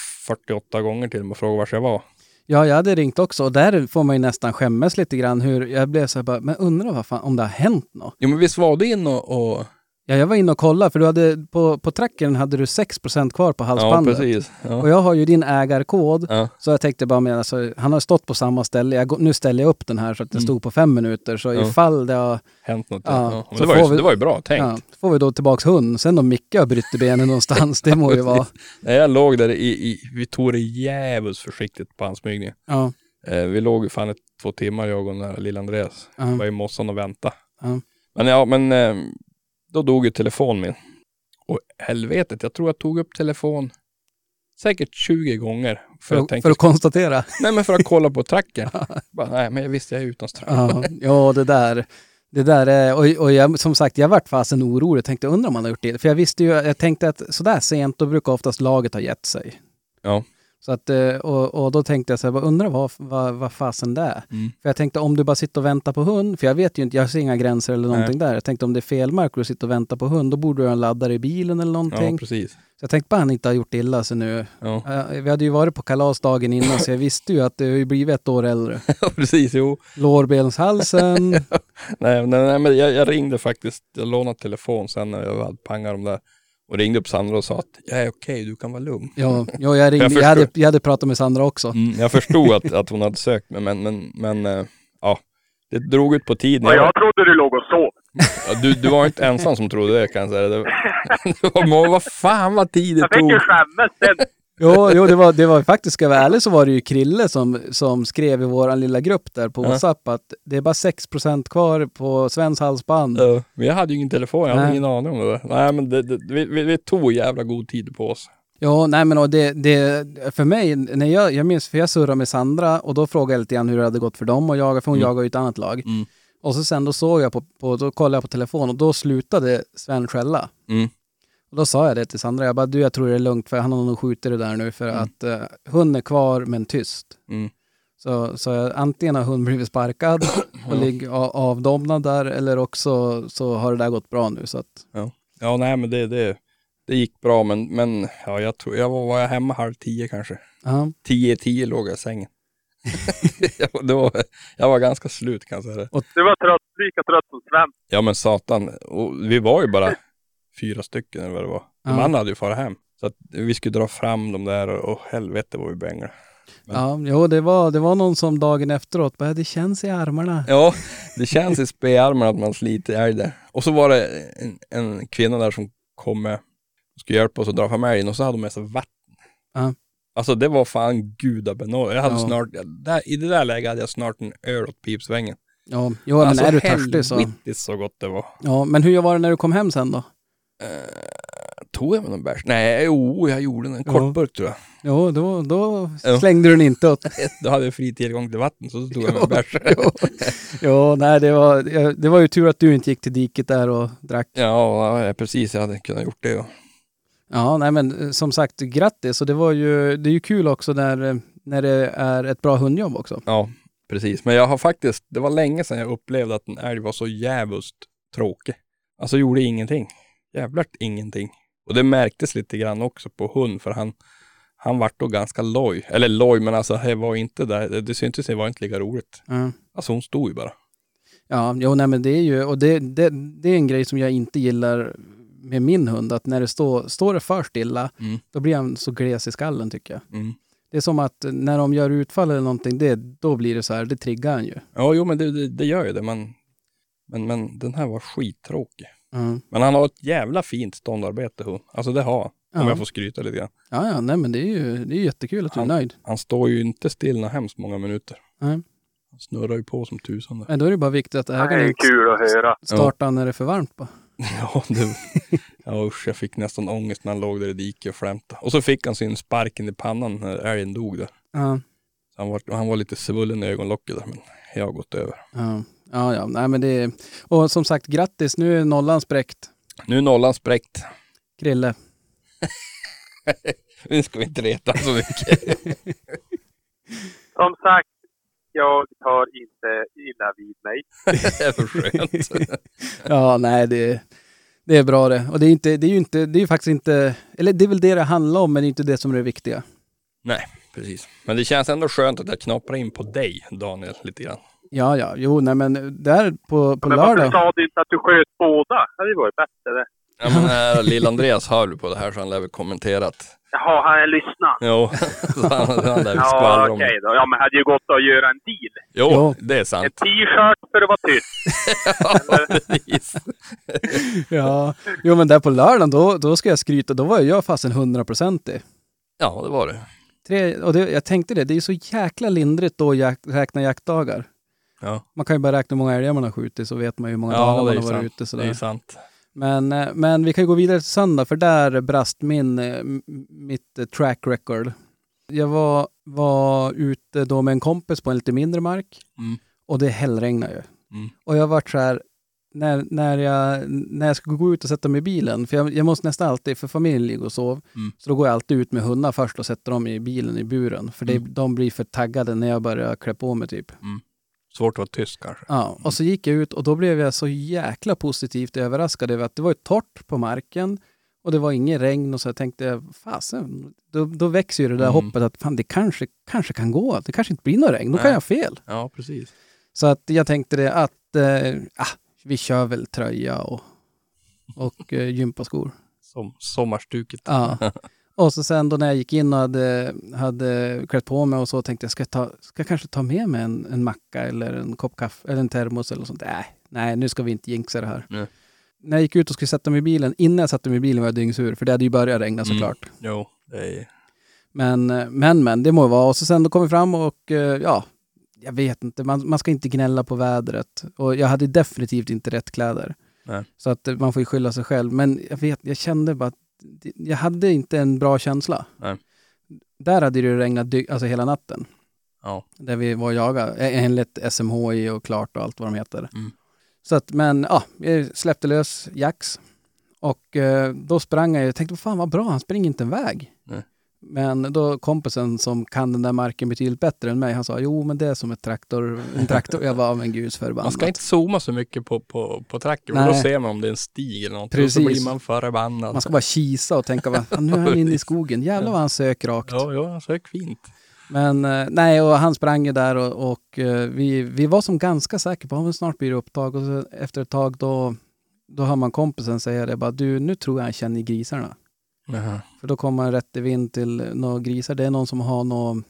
48 gånger till mig och frågat var jag var. Ja, jag hade ringt också och där får man ju nästan skämmas lite grann hur jag blev så här bara, men undrar vad fan, om det har hänt något? Jo, men visst var du in och... Ja, jag var inne och kollade för du hade, på trackern hade du 6% kvar på halsbandet. Ja, precis. Ja. Och jag har ju din ägarkod så jag tänkte bara, men alltså, han har stått på samma ställe. Nu ställer jag upp den här så att det stod på 5 minuter. Så ifall det har hänt något. Så det var ju bra tänkt. Ja, så får vi då tillbaks hund. Sen om Micke har brytt benen någonstans, det må ju vara. Nej, jag låg där vi tog det jävligt försiktigt på ansmygningen. Ja. Vi låg ju fan 2 timmar, jag och den där lilla Andreas. Var i mossan och vänta. Men då dog ju telefonen min. Och helvetet, jag tror jag tog upp telefon säkert 20 gånger. För att konstatera? Nej, men för att kolla på tracken. Nej, men jag visste jag är utan tracken. Ja, det där är, och jag, som sagt, jag vart fasen orolig. Jag tänkte, undrar om man har gjort det. För jag tänkte att sådär sent, då brukar oftast laget ha gett sig. Ja. Så att, och då tänkte jag så här, undrar vad fasen det är. För jag tänkte, om du bara sitter och väntar på hund, för jag vet ju inte, jag ser inga gränser eller någonting där. Jag tänkte, om det är felmark och du sitter och väntar på hund, då borde du ha en laddare i bilen eller någonting. Ja, precis. Så jag tänkte bara han inte har gjort illa sig nu. Ja. Vi hade ju varit på kalasdagen innan så jag visste ju att det har blivit 1 år äldre. Ja, precis, jo. Lårbenshalsen. nej, men jag ringde faktiskt, jag lånade telefon sen när jag hade pangat dem där. Och ringde upp Sandra och sa att jag är okej, du kan vara lugn. Ja, jag ringde. Jag hade pratat med Sandra också. Jag förstod att hon hade sökt mig, men ja, det drog ut på tiden. Ja, jag trodde du låg och sov. Ja, du var inte ensam som trodde det, kan jag säga. Det var, vad fan vad tid det tog. Jag fick ju skämmas sen. Jo, det var faktiskt, ska vara ärlig, så var det ju Krille som skrev i våran lilla grupp där på WhatsApp att det är bara 6% kvar på Svens halsband. Ja, men jag hade ju ingen telefon, jag hade ingen aning om det. Nej, men vi tog jävla god tid på oss. Ja, nej men det för mig, när jag minns, för jag surrade med Sandra och då frågade jag lite grann hur det hade gått för dem och jaga, för hon jagar ju ett annat lag. Och så sen då såg jag då kollade jag på telefon och då slutade Sven skälla. Och då sa jag det till Sandra, jag bara, jag tror det är lugnt för han har nog skjutit det där nu för att hund är kvar men tyst. Så antingen har hund blivit sparkad och ligger avdomnad där, eller också så har det där gått bra nu. Så att... Ja, nej men det gick bra, men ja, jag tror jag var hemma 9:30 kanske. 10 låg jag i sängen. jag var ganska slut, kan jag säga det. Du var trött, lika trött som Sven. Ja men satan, och vi var ju bara 4 stycken eller vad det var. De andra hade ju farit hem. Så att vi skulle dra fram dem där och helvete var vi bängade. Men... Ja, det var någon som dagen efteråt bara, det känns i armarna. Ja, det känns i spearmarna att man sliter älg där. Och så var det en kvinna där som kom med, skulle hjälpa oss att dra fram älgen, och så hade de med sig vatten. Alltså det var fan gudabenåd. Jag hade snart, i det där läget hade jag snart en öl åt pipsvängen. Ja, men alltså, är du törstig så... så gott det var. Ja, men hur var det när du kom hem sen då? Tog jag med någon bärs? Nej, jag gjorde en kortburk tror jag. Ja, då slängde du den inte åt. Då hade jag fri tillgång till vatten, så då tog jag med bärs. Nej, det var ju tur att du inte gick till diket där och drack. Ja, precis, jag hade kunnat gjort det. Ja, nej men som sagt, grattis. Och det är ju kul också när det är ett bra hundjobb också. Ja, precis. Men jag har faktiskt, det var länge sedan jag upplevde att en älg var så jävligt tråkig. Alltså gjorde ingenting. Jävligt ingenting. Och det märktes lite grann också på hund, för han var då ganska loj. Eller loj, men alltså det var inte där. Det syntes, det var inte lika roligt. Alltså hon stod ju bara. Ja, nej men det är ju, och det är en grej som jag inte gillar med min hund, att när det står det för stilla, då blir han så gles i skallen, tycker jag. Det är som att när de gör utfall eller någonting, då blir det så här, det triggar han ju. Ja, jo, men det gör ju det. Men den här var skittråkig. Men han har ett jävla fint ståndarbete, hon. Alltså det har han, om jag får skryta lite grann. Ja, nej men det är ju jättekul att du är nöjd. Han står ju inte still hemskt många minuter. Nej. Han snurrar ju på som tusan där. Men då är det bara viktigt att ägaren startar när det är för varmt på. Ja, usch, jag fick nästan ångest när han låg där i diket och flämtade. Och så fick han sin sparken i pannan när älgen dog där. Så han var lite svullen i ögonlocket där, men jag har gått över. Ja, nej men det är... Och som sagt, grattis, nu är nollan spräckt. Krille. Nu ska vi inte reta så mycket. Som sagt, jag tar inte illa vid mig. Det är för skönt. Ja, nej, det är bra det. Och det är ju faktiskt inte, eller det är väl det handlar om, men det är inte det som är det viktiga. Nej, precis. Men det känns ändå skönt att jag knappar in på dig, Daniel, lite grann. Ja, jo, nej men där på men lördag. Varför sa du inte att du sköt båda? Det hade varit bättre. Ja, men Lill-Andreas hör du på det här, så han lär väl kommenterat. Jaha, han har lyssnat. Jo, han lär skvallra om. Okej då. Ja, men hade ju gått att göra en deal. Jo, det är sant. En t-shirt för att vara tyst. Ja, precis. Ja, jo men där på lördagen, då ska jag skryta. Då var jag fast en 100%. Ja, det var det. Och jag tänkte det är så jäkla lindrigt då att räkna jaktdagar. Ja. Man kan ju bara räkna hur många älgar man har skjutit, så vet man ju hur många dagar man har varit ute. Sådär. Det är sant. Men vi kan ju gå vidare till söndag, för där brast mitt track record. Jag var ute då med en kompis på en lite mindre mark och det hällregnade ju. Och jag var så här, när jag ska gå ut och sätta mig i bilen, för jag måste nästan alltid, för familjen ligger och sov, så då går jag alltid ut med hundar först och sätter dem i bilen i buren, för de blir för taggade när jag börjar klä på mig typ. Svårt att vara tyst kanske. Ja, och så gick jag ut och då blev jag så jäkla positivt överraskad över att det var torrt på marken och det var ingen regn, och så jag tänkte, fasen, då växer ju det där hoppet att fan, det kanske kan gå, det kanske inte blir någon regn, då kan jag ha fel. Ja, precis. Så att jag tänkte det att vi kör väl tröja och gympaskor. Som sommarstuket. Ja. Och så sen då när jag gick in och hade klätt på mig och så tänkte jag, ska jag kanske ta med mig en macka eller en kopp kaffe eller en termos eller sånt. Nej, nu ska vi inte jinxa det här. Nej. När jag gick ut och skulle sätta mig i bilen, innan jag satte mig i bilen var jag dyngsur, för det hade ju börjat regna såklart. Jo, det är... Men det må vara. Och så sen då kom vi fram och jag vet inte, man ska inte gnälla på vädret. Och jag hade definitivt inte rätt kläder. Nej. Så att man får ju skylla sig själv. Men jag kände bara att jag hade inte en bra känsla. Nej. Där hade det regnat alltså hela natten. Ja. Där vi var jagade. Enligt SMHI och klart och allt vad de heter. Mm. Så att, men jag släppte lös Jax. Och då sprang jag och tänkte, fan vad bra, han springer inte en väg. Nej. Men då kompisen som kan den där marken betydligt bättre än mig, han sa, jo men det är som en traktor. Jag var men guds förbannat. Man ska inte zooma så mycket på traktorn, då ser man om det är en stig eller något. Precis. Och så blir man förbannad. Man ska bara kisa och tänka, nu är han inne i skogen. Jävlar vad han söker rakt. Ja, han söker fint. Men nej, och han sprang ju där och vi var som ganska säkra på att snart blir det upptag. Och så efter ett tag då har man kompisen säga det bara, nu tror jag han känner grisarna. Aha. För då kommer man rätt i vind till några grisar. Det är någon som har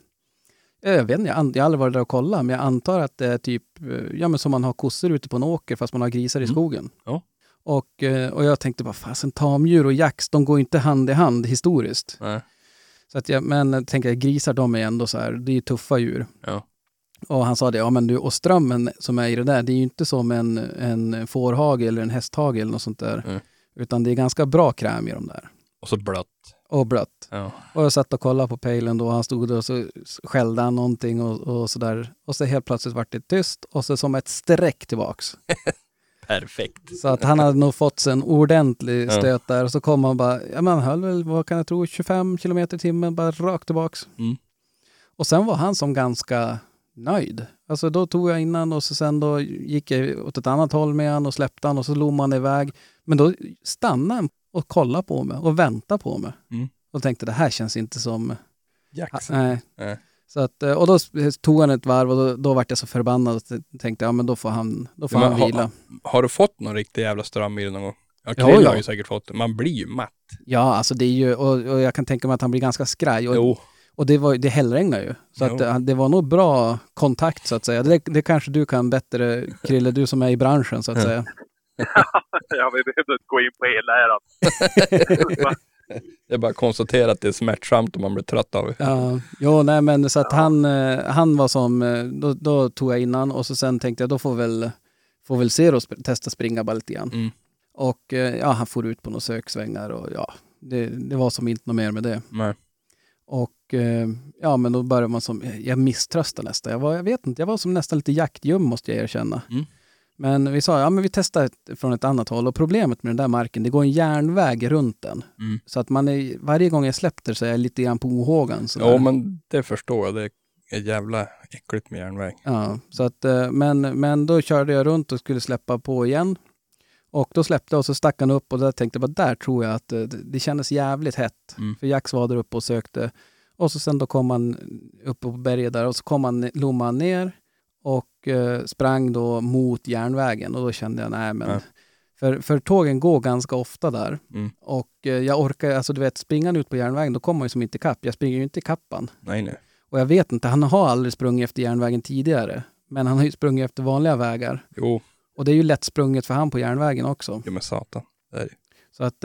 jag vet inte, jag har aldrig varit där och kollat, men jag antar att det är typ, men som man har kossor ute på en åker fast man har grisar i skogen. Ja. Och jag tänkte bara, fasen, tamdjur och jax, de går inte hand i hand historiskt. Nej. Så att tänker grisar, de är ändå så här, det är ju tuffa djur. Ja. Och han sa det, men du, och strömmen som är i det där, det är ju inte som en fårhage eller en hästhage eller något sånt där. Mm. Utan det är ganska bra kräm i de där. Och så blött. Och blött. Ja. Och jag satt och kollade på pejlen då, han stod och så skällde han någonting och sådär. Och så helt plötsligt vart det tyst och så som ett streck tillbaks. Perfekt. Så att han hade nog fått sig en ordentlig stöt där. Och så kom han bara, man höll väl, vad kan jag tro, 25 kilometer i timmen bara rakt tillbaks. Mm. Och sen var han som ganska nöjd. Alltså då tog jag innan och så sen då gick jag åt ett annat håll med han och släppte han och så lommade han iväg. Men då stannade han och kollade på mig och väntade på mig. Mm. Och tänkte, det här känns inte som... Jax. Nej. Så att, och då tog han ett varv och då vart jag så förbannad och tänkte, men då får han vila. Har du fått någon riktig jävla ström i det någon gång? Krilla har ju säkert fått det. Man blir ju matt. Ja, alltså det är ju, och jag kan tänka mig att han blir ganska skraj. Och det hällregnar ju. Så att det var nog bra kontakt så att säga. Det kanske du kan bättre, Krille, du som är i branschen så att säga. Ja, vi behöver inte gå in på hela här. Det är bara att konstatera att det är smärtsamt om man blir trött av det. Ja, nej men så att han var som, då tog jag innan och så sen tänkte jag, då får väl Zero testa springa bara lite grann. Mm. Och han får ut på några söksvängar och det var som inte något mer med det. Nej. Och men då började man som, jag misströstade nästan. Jag var som nästan lite jaktgöm måste jag erkänna. Mm. Men vi sa, men vi testar från ett annat håll. Och problemet med den där marken, det går en järnväg runt den. Mm. Så att varje gång jag släppte så är jag lite grann på ohågan. Ja, men det förstår jag. Det är jävla äckligt med järnväg. Ja, så att, men då körde jag runt och skulle släppa på igen. Och då släppte jag och så stack han upp och där tänkte jag, där tror jag att det kändes jävligt hett. Mm. För Jax var där uppe och sökte. Och så sen då kom han upp på berget där och så lommade han ner. Och sprang då mot järnvägen och då kände jag, för tågen går ganska ofta där. Mm. Och jag orkar, alltså du vet, springa ut på järnvägen, då kommer man ju som inte kapp. Jag springer ju inte i kappan. Nej. Och jag vet inte, han har aldrig sprungit efter järnvägen tidigare. Men han har ju sprungit efter vanliga vägar. Jo. Och det är ju lätt sprunget för han på järnvägen också. Jo men satan, det är det. Så att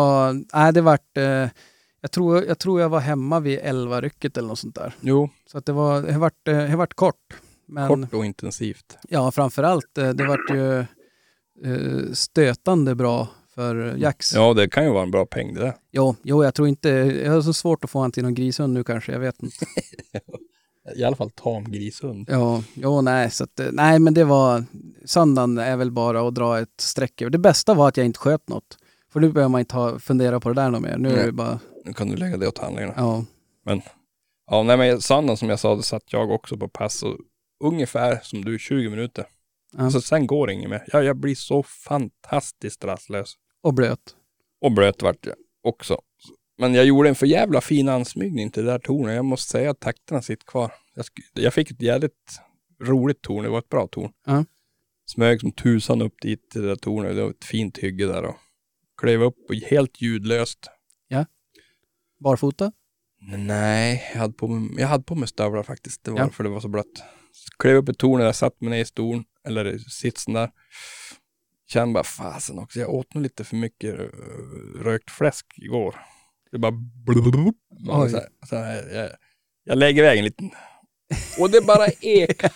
jag tror jag var hemma vid 11-rycket eller något sånt där. Jo. Så att det har varit kort. Men, kort och intensivt. Ja, framförallt. Det vart ju stötande bra för Jax. Ja, det kan ju vara en bra peng det där. Jo, jag tror inte... Jag har så svårt att få han till någon grishund nu kanske, jag vet inte. I alla fall tam grishund. Nej. Så att, nej, men det var... Söndagen är väl bara att dra ett streck över. Det bästa var att jag inte sköt något. För nu behöver man inte fundera på det där något mer. Nu är det bara... Nu kan du lägga det åt handlingarna. Ja. Men söndagen som jag sa, det satt jag också på pass och ungefär som du, 20 minuter. Ja. Alltså sen går det inget mer. Jag blir så fantastiskt rastlös. Och blöt vart jag också. Men jag gjorde en för jävla fin ansmygning till det där tornet. Jag måste säga att takterna sitter kvar. Jag fick ett jävligt roligt torn. Det var ett bra torn. Ja. Smög som tusan upp dit till det där tornet. Det var ett fint hygge där. Och klev upp och helt ljudlöst. Ja. Barfota? Nej, jag hade på mig stövlar faktiskt. Det var för det var så blött. Klev upp i tornet, jag satt mig ner i stolen, eller sitsen där. Kände bara, fasen också, jag åt nog lite för mycket rökt fläsk igår. Det bara jag lägger iväg en liten. Och det bara eka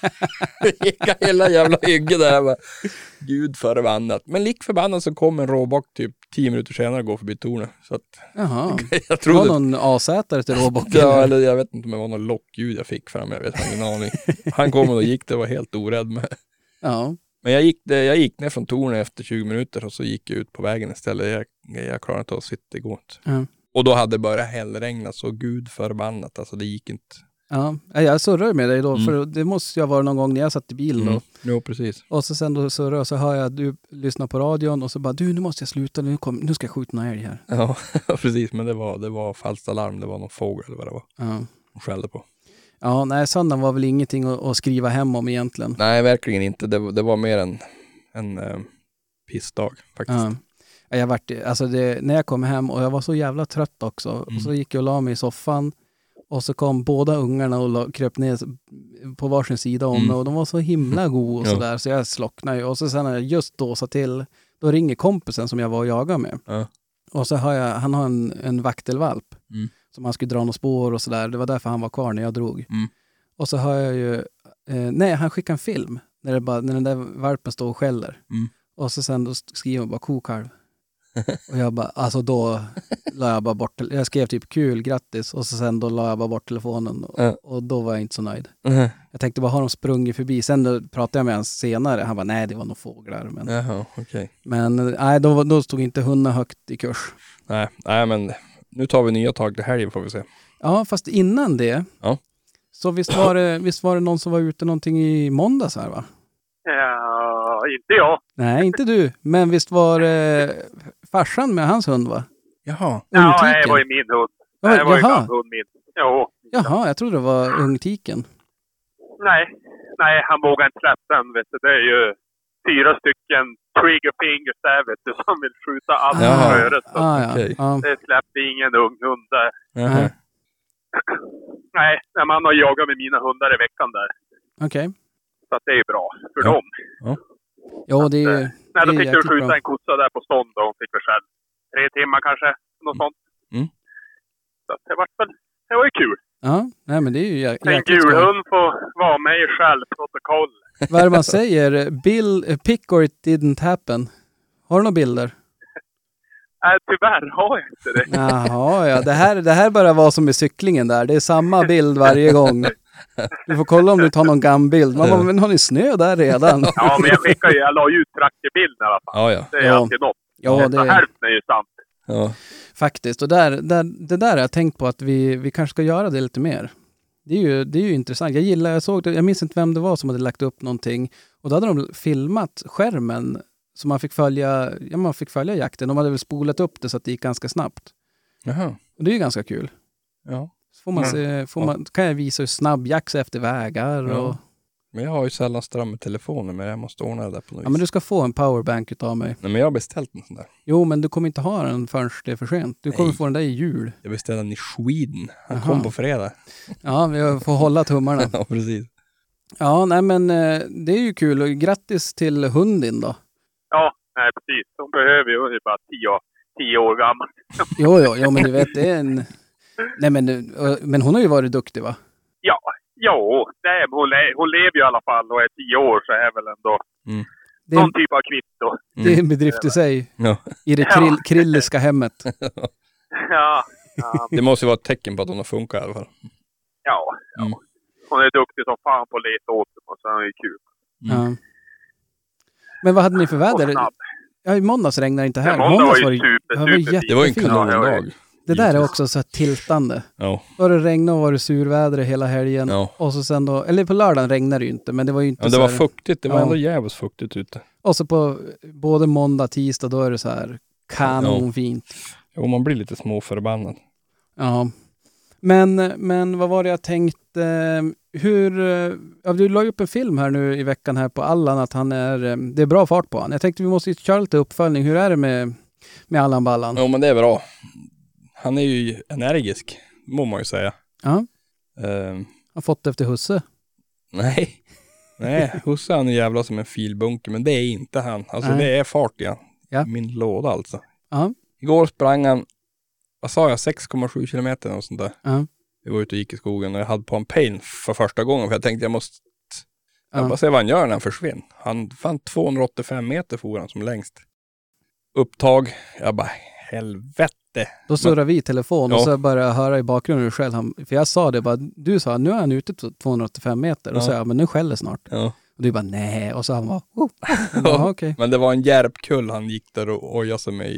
hela jävla hygge där. Bara, Gud förbannat. Men lik förbannat så kom en råbock typ 10 minuter senare och går förbi tornet. Så att, jaha. Jag trodde, var någon asätare till råbocken? Ja, eller jag vet inte om det var någon lockljud jag fick fram. Jag vet ingen aning. Han kom och gick, det var helt orädd med. Ja. Men jag gick ner från tornet efter 20 minuter och så gick jag ut på vägen istället. Jag klarade inte att sitta igår. Och då hade det börjat hällregna så Gud förbannat. Alltså det gick inte. Ja, jag surrar med dig då. För det måste jag vara någon gång när jag satt i bilen då. Jo, precis. Och så sen då surrar och så hör jag att du lyssnar på radion och så bara, nu måste jag sluta, nu ska jag skjuta någon älg här. Ja, precis. Men det var falskt alarm, det var någon fågel eller vad det var. Ja. De skällde på. Ja, nej, söndagen var väl ingenting att skriva hem om egentligen. Nej, verkligen inte. Det var mer en pissdag faktiskt. Ja. När jag kom hem och jag var så jävla trött också. Och så gick jag och la mig i soffan. Och så kom båda ungarna och kröp ner på varsin sida om mig. Och de var så himla god och sådär. Så jag slocknade ju. Och så sen när jag just dåsade till, då ringer kompisen som jag var och jagade med. Ja. Och så har han har en vaktelvalp. Som han skulle dra några spår och sådär. Det var därför han var kvar när jag drog. Och så har jag ju... han skickade en film. När den där valpen står och skäller. Och så sen då skriver han bara kokalv. Och jag bara, alltså då la jag bara bort, jag skrev typ kul, grattis. Och så sen då la jag bara bort telefonen. Och då var jag inte så nöjd. Jag tänkte bara, har de sprungit förbi? Sen då pratade jag med honom senare. Han bara, nej det var nog fåglar. Men, jaha, okay. Men nej, då stod inte hundarna högt i kurs. Nej, men nu tar vi nya tag till helgen får vi se. Ja, fast innan det. Ja. Så visst var det någon som var ute någonting i måndags här va? Ja, inte jag. Nej, inte du. Men visst var farsan med hans hund va? Jaha. Ja, det var ju min hund. Det var ju hund min. Jo. Jaha, jag trodde det var ungtiken. Nej, han vågar inte släppa den. Vet du. Det är ju 4 stycken trigger fingers där vet du, som vill skjuta allt röret. Det släpper ingen ung hund där. Nej, man har jagat med mina hundar i veckan där. Okej. Så att det är bra för dem. Ja, det är ju... Nej, då fick du skjuta en kossa där på stånd och hon fick väl själv 3 timmar kanske, något sånt. Så det var ju kul. Ja, nej men det är ju en gul hund får vara med i självprotokoll. Vad är det man säger? Pick or it didn't happen. Har du några bilder? Nej, tyvärr har jag inte det. Jaha, ja. Det här bara var som i cyklingen där. Det är samma bild varje gång. Du får kolla om du tar någon gambild. Men har ni snö där redan? Ja, men jag la ju ut traktorbilden i alla fall. Ja. Det är alltid något. Ja, hälften är ju sant. Ja. Faktiskt. Och det där har jag tänkt på att vi kanske ska göra det lite mer. Det är ju intressant. Jag minns inte vem det var som hade lagt upp någonting. Och då hade de filmat skärmen så man fick följa jakten. De hade väl spolat upp det så att det gick ganska snabbt. Jaha. Och det är ju ganska kul. Ja. Kan jag visa hur snabb jakt efter vägar och... Men jag har ju sällan ström med telefonen, men jag måste ordna det där på något vis. Ja, men du ska få en powerbank utav mig. Nej, men jag har beställt en sån där. Jo, men du kommer inte ha den förrän det är för sent. Du kommer få den där i jul. Jag beställde den i Sweden. Han kom på fredag. Ja, vi får hålla tummarna. Ja, precis. Ja, nej men det är ju kul. Och grattis till hunden då. Ja, nej, precis. De behöver ju bara 10 år gammal. Jo, men du vet, det är en... Nej, men hon har ju varit duktig va? Ja, hon lever ju i alla fall och är 10 år så är väl ändå någon typ av kvitto. Det är en bedrift i sig. Ja. I det krilliska hemmet. Ja. Det måste ju vara ett tecken på att hon har funkat i alla fall. Ja. Hon är duktig som fan på att leta åt dem och så är det kul. Ja. Men vad hade ni för väder? Ja, i måndags regnade inte här. Måndags var det det var en kanondag. Det där är också så tiltande. Ja. Då var det regn och var det surväder hela helgen. Ja. Och så sen då, eller på lördagen regnade det ju inte, men det var ju inte det var fuktigt, det var ändå jävligt fuktigt ute. Och så på både måndag, tisdag, då är det så här kanonfint. Jo, man blir lite småförbannad. Ja. Men vad var det jag tänkte, du la upp en film här nu i veckan här på Allan att det är bra fart på han. Jag tänkte vi måste köra lite uppföljning. Hur är det med Allan Ballan? Jo, men det är bra. Han är ju energisk, må man ju säga. Ja. Har fått efter husse. Nej, husse han är jävla som en filbunke, men det är inte han. Alltså det är fart igen. Ja. Min låda alltså. Ja. Igår sprang han, vad sa jag, 6,7 kilometer och sånt där. Ja. Vi var ute och gick i skogen och jag hade på en pain för första gången, för jag tänkte jag bara se vad han gör när han försvinner. Han fann 285 meter for han som längst. Upptag, jag bara helvete. Då surrar vi i telefon och så började jag höra i bakgrunden själv. För jag sa det bara, du sa nu är han ute 285 meter. Och så jag, men nu skäller snart. Ja. Och du bara, nej. Och så han bara, okej. Men det var en järpkull han gick där och ojade sig med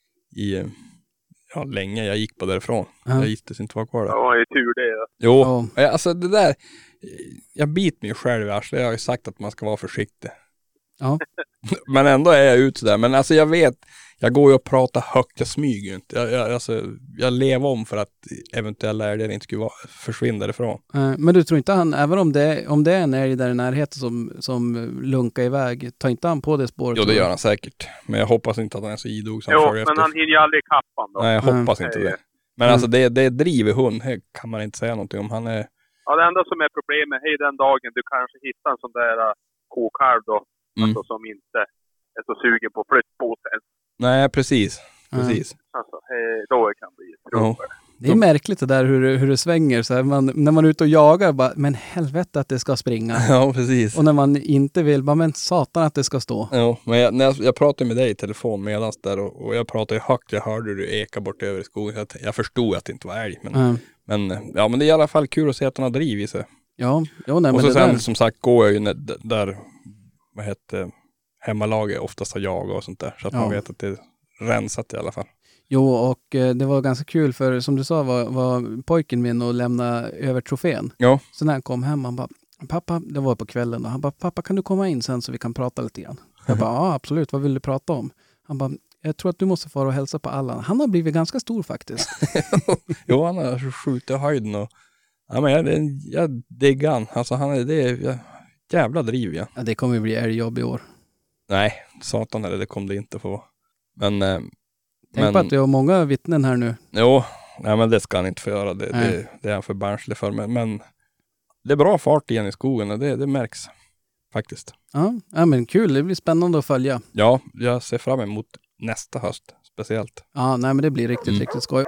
i länge. Jag gick på därifrån. Jag gisstes inte vara kvar där. Ja, det är tur det. Ja. Jo, alltså det där, jag biter mig själv i arslet. Jag har ju sagt att man ska vara försiktig. Ja. Men ändå är jag ute sådär. Men alltså jag vet, jag går ju och pratar högt, jag smyger inte. Jag lever om för att eventuella älgar inte skulle försvinna därifrån. Men du tror inte han, även om det är en älg där i närheten som lunkar iväg, tar inte han på det spåret? Jo, det gör han säkert. Men jag hoppas inte att han är så idog som följer efter. Men han hinner ju aldrig kappan då. Nej, jag hoppas inte det. Men alltså det är driver hund, det kan man inte säga någonting om. Han är... Ja, det enda som är problemet är den dagen du kanske hittar en sån där kokalv då. Alltså som inte är så sugen på flytt på sig. Nej, precis. Alltså, då kan det bli trubbel. Det är märkligt det där hur det svänger. Så här, när man är ute och jagar, bara, men helvete att det ska springa. Ja, precis. Och när man inte vill, bara, men satan att det ska stå. Ja, men jag pratade med dig i telefon medans där och jag pratade högt. Jag hörde du eka bort över i skogen. Jag förstod att det inte var älg. Men det är i alla fall kul att se att han har drivit sig. Ja, nej, och så sen som sagt går jag ju där vad heter hemmalaget oftast har jag och sånt där. Så att man vet att det är rensat i alla fall. Jo, och det var ganska kul för som du sa var pojken min och lämna över trofén. Ja. Så när han kom hem, han bara, pappa, det var på kvällen, och han bara, pappa kan du komma in sen så vi kan prata lite grann? Jag bara, ja absolut, vad vill du prata om? Han bara, jag tror att du måste fara och hälsa på alla. Han har blivit ganska stor faktiskt. Jo, han har skjutit höjden och jag diggar han. Alltså det är jävla driv, ja. Ja, det kommer bli älgjobb i år. Nej, satan eller det kommer det inte få. Tänk på att det är många vittnen här nu. Jo, men det ska han inte få göra. Det är han för barnslig för. Men det är bra fart igen i skogen och det märks faktiskt. Ja, men kul. Det blir spännande att följa. Ja, jag ser fram emot nästa höst speciellt. Ja, nej men det blir riktigt skoj.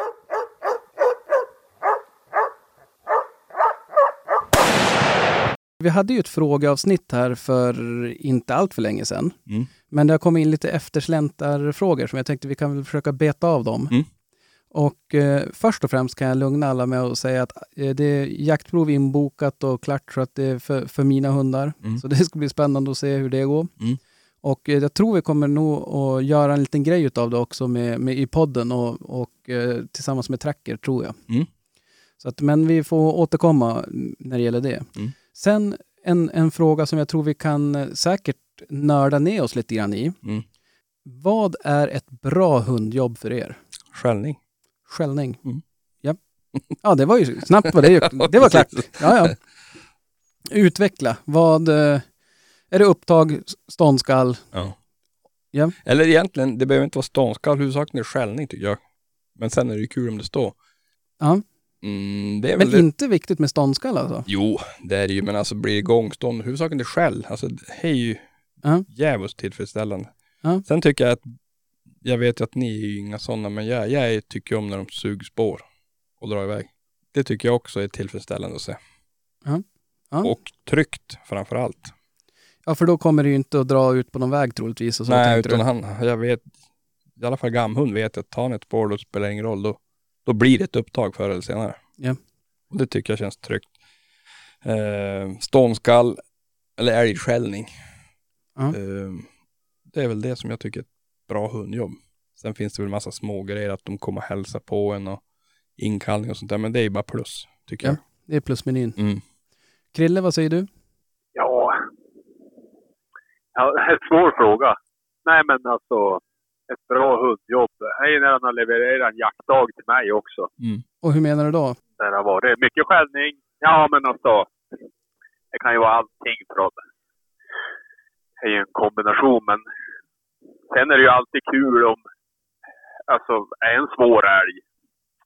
Vi hade ju ett frågeavsnitt här för inte allt för länge sedan. Men det har kommit in lite eftersläntarfrågor som jag tänkte vi kan väl försöka beta av dem. Och först och främst kan jag lugna alla med att säga att det är jaktprov inbokat och klart så att det är för mina hundar. Så det ska bli spännande att se hur det går. Och jag tror vi kommer nog att göra en liten grej utav det också med i podden och tillsammans med Tracker tror jag. Så att, men vi får återkomma när det gäller det. Sen en fråga som jag tror vi kan säkert nörda ner oss lite grann i. Vad är ett bra hundjobb för er? Skällning. Ja, det var ju snabbt. Det var klart. Ja. Utveckla. Vad är det upptag, ståndskall? Ja. Eller egentligen, det behöver inte vara ståndskall. Huvudsaken är skällning tycker jag. Men sen är det ju kul om det står. Ja. Det är men inte viktigt med ståndskall alltså? Jo, det är det ju. Men alltså blir det gångstånd. Huvudsaken är skäll. Alltså det är ju jävligt tillfredsställande. Sen tycker jag att jag vet ju att ni är ju inga sådana, men jag tycker om när de suger spår och drar iväg. Det tycker jag också är tillfredsställande att se. Och tryggt framförallt. Ja, för då kommer det ju inte att dra ut på någon väg troligtvis. Och så. Nej, utan jag vet, i alla fall gamhund vet att tar han ett spår då spelar det ingen roll. Då blir det ett upptag förr eller senare. Ja. Och det tycker jag känns tryggt. Ståndskall eller älgskällning. Det är väl det som jag tycker är ett bra hundjobb. Sen finns det väl en massa små grejer att de kommer hälsa på en och inkallning och sånt där. Men det är ju bara plus, tycker jag. Det är plusmenyn. Krille, vad säger du? Ja, en svår fråga. Nej, men alltså ett bra hundjobb. Hej när han har levererat en jaktdag till mig också. Och hur menar du då? Där har varit mycket skällning. Ja, men alltså det kan ju vara allting från det är ju en kombination, men sen är det ju alltid kul om alltså en svår älg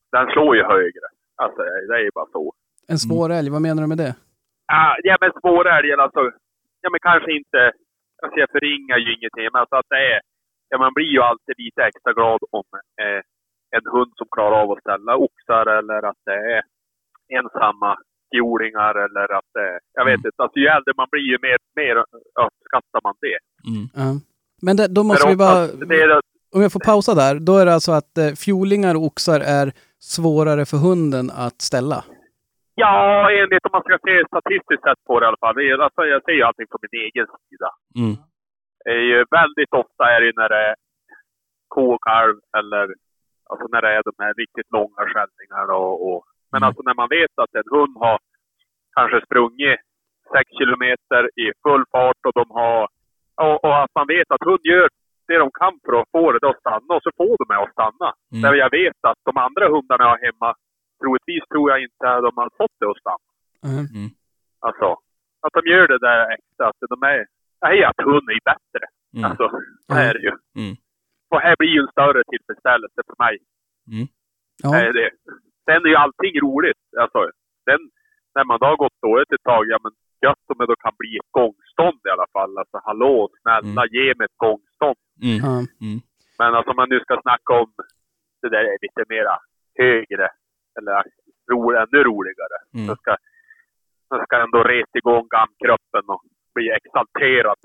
den slår ju högre. Alltså det är ju bara så. En svår älg, vad menar du med det? Ja men svår älg, alltså. Ja men kanske inte, alltså jag förringar ju ingenting, men alltså att det är, ja man blir ju alltid lite extra glad om en hund som klarar av att ställa oxar, eller att det är ensamma fjolingar, eller att det, jag vet inte, alltså ju äldre man blir ju mer uppskattar man det. Men då måste vi bara, om jag får pausa där, då är det alltså att fjolingar och oxar är svårare för hunden att ställa? Ja, enligt om man ska se statistiskt sett på det i alla fall. Alltså, jag ser ju allting från min egen sida. Väldigt ofta är det när det är kokalv, eller alltså när det är de här riktigt långa skällningarna. Men alltså när man vet att en hund har kanske sprungit 6 kilometer i full fart, och de har, och att man vet att hund gör det de kan för att få det att stanna, och så får de med att stanna. Där jag vet att de andra hundarna jag har hemma, troligtvis tror jag inte att de har fått det att stanna. Alltså, att de gör det där extra, att de är, att hunden är bättre. Alltså, det är det ju. Och här blir ju en större tillfredsställelse för mig. Det. Sen är ju allting roligt. Alltså, när man då har gått dåligt ett tag, ja men gött om det då kan bli ett gångstånd i alla fall. Alltså hallå, snälla, ge mig ett gångstånd. Men alltså om man nu ska snacka om det där är lite mera högre, eller ännu roligare. Så ska ändå resa igång gamkroppen och bli exalterad.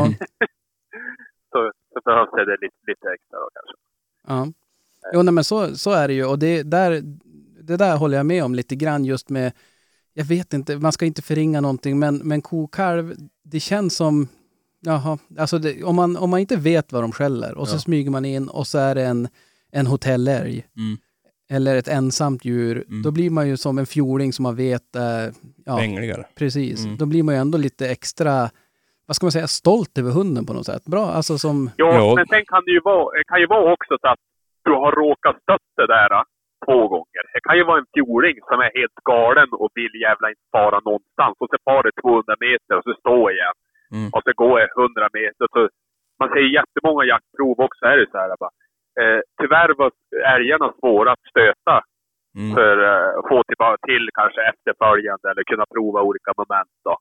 så behövs det lite extra då kanske. Jo, nej, men så är det ju. Och det där håller jag med om lite grann, just med, jag vet inte, man ska inte förringa någonting, men kokalv, det känns som, alltså om man inte vet vad de skäller, och så smyger man in, och så är det en hotellälg. Eller ett ensamt djur, då blir man ju som en fjoling som man vet vängligare. Precis. Då blir man ju ändå lite extra, vad ska man säga, stolt över hunden på något sätt. Bra, alltså som... Ja, men sen kan det ju vara också så att du har råkat stött det där 2 gånger. Det kan ju vara en fjoling som är helt galen och vill jävla inte fara någonstans, och så far det 200 meter och så står igen. Och så går det 100 meter. Så man ser jättemånga jaktprov också, är det så här bara. Tyvärr var älgarna svåra att stöta för att få till kanske efterföljande, eller kunna prova olika moment då.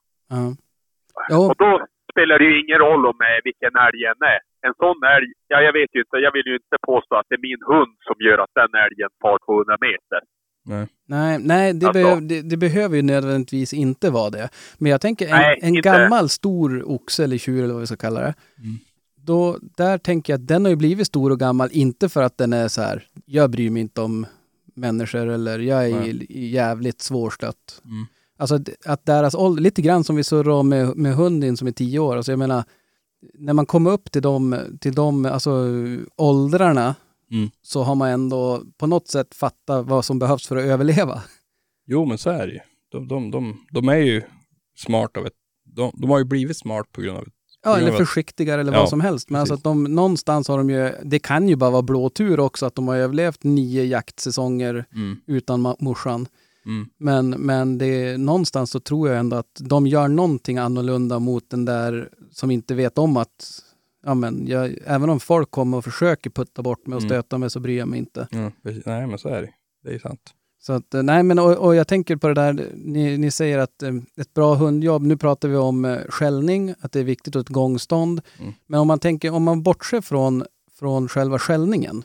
Och då spelar det ju ingen roll om vilken älgen är. En sån älg, jag vet ju inte, jag vill ju inte påstå att det är min hund som gör att den älgen far 200 meter. Nej, det behöver ju nödvändigtvis inte vara det. Men jag tänker en gammal stor oxe eller tjur, eller vad vi ska kalla det. Då, där tänker jag att den har ju blivit stor och gammal, inte för att den är så här, jag bryr mig inte om människor, eller jag är jävligt svårstött. Alltså att deras ålder, lite grann som vi surrar med hunden som är 10 år. Alltså jag menar, när man kommer upp till de alltså åldrarna, så har man ändå på något sätt fattat vad som behövs för att överleva. Jo, men så är det ju. De är ju smart av de har ju blivit smart på grund av eller försiktigare eller vad som helst. Men alltså att någonstans har de ju, det kan ju bara vara blåtur också att de har överlevt 9 jaktsäsonger utan morsan. Men det, någonstans så tror jag ändå att de gör någonting annorlunda mot den där som inte vet om att även om folk kommer och försöker putta bort mig och stöta mig, så bryr jag mig inte. Nej, men så är det. Det är sant. Så att, nej, men och jag tänker på det där, ni säger att ett bra hundjobb, nu pratar vi om skällning, att det är viktigt och ett gångstånd. Men om man bortser från själva skällningen,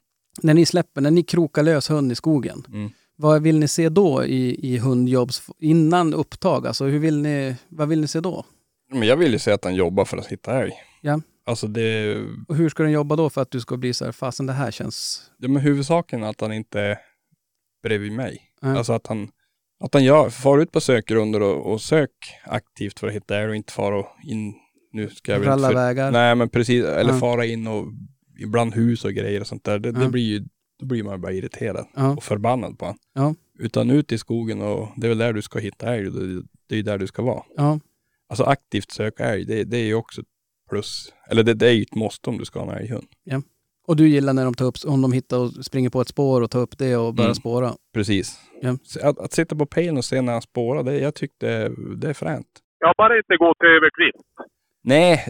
när ni krokar lös hund i skogen, vad vill ni se då i hundjobbs innan upptag? Alltså vad vill ni se då? Men jag vill ju se att han jobbar för att hitta älg. Ja. Alltså och hur ska den jobba då för att du ska bli så här, fasen det här känns... Ja, men huvudsaken är att han inte är bredvid mig. Alltså att han far ut på sökrundor och sök aktivt för att hitta älg, och inte fara in, nu ska jag väl vägar. Nej, men precis, eller fara in och ibland hus och grejer och sånt där. Det blir ju, då blir man bara irriterad och förbannad på han. Utan ut i skogen, och det är väl där du ska hitta älg, det är ju där du ska vara. Alltså aktivt söka älg, det är ju också plus, eller det är ju ett måste om du ska ha en älghund. Ja. Och du gillar när de tar upp, om de hittar och springer på ett spår och tar upp det och börjar spåra. Precis. Ja. Att sitta på pejlen och se när han spårar, jag tyckte det är fränt. Ja, bara inte gå till överkvist. Nej,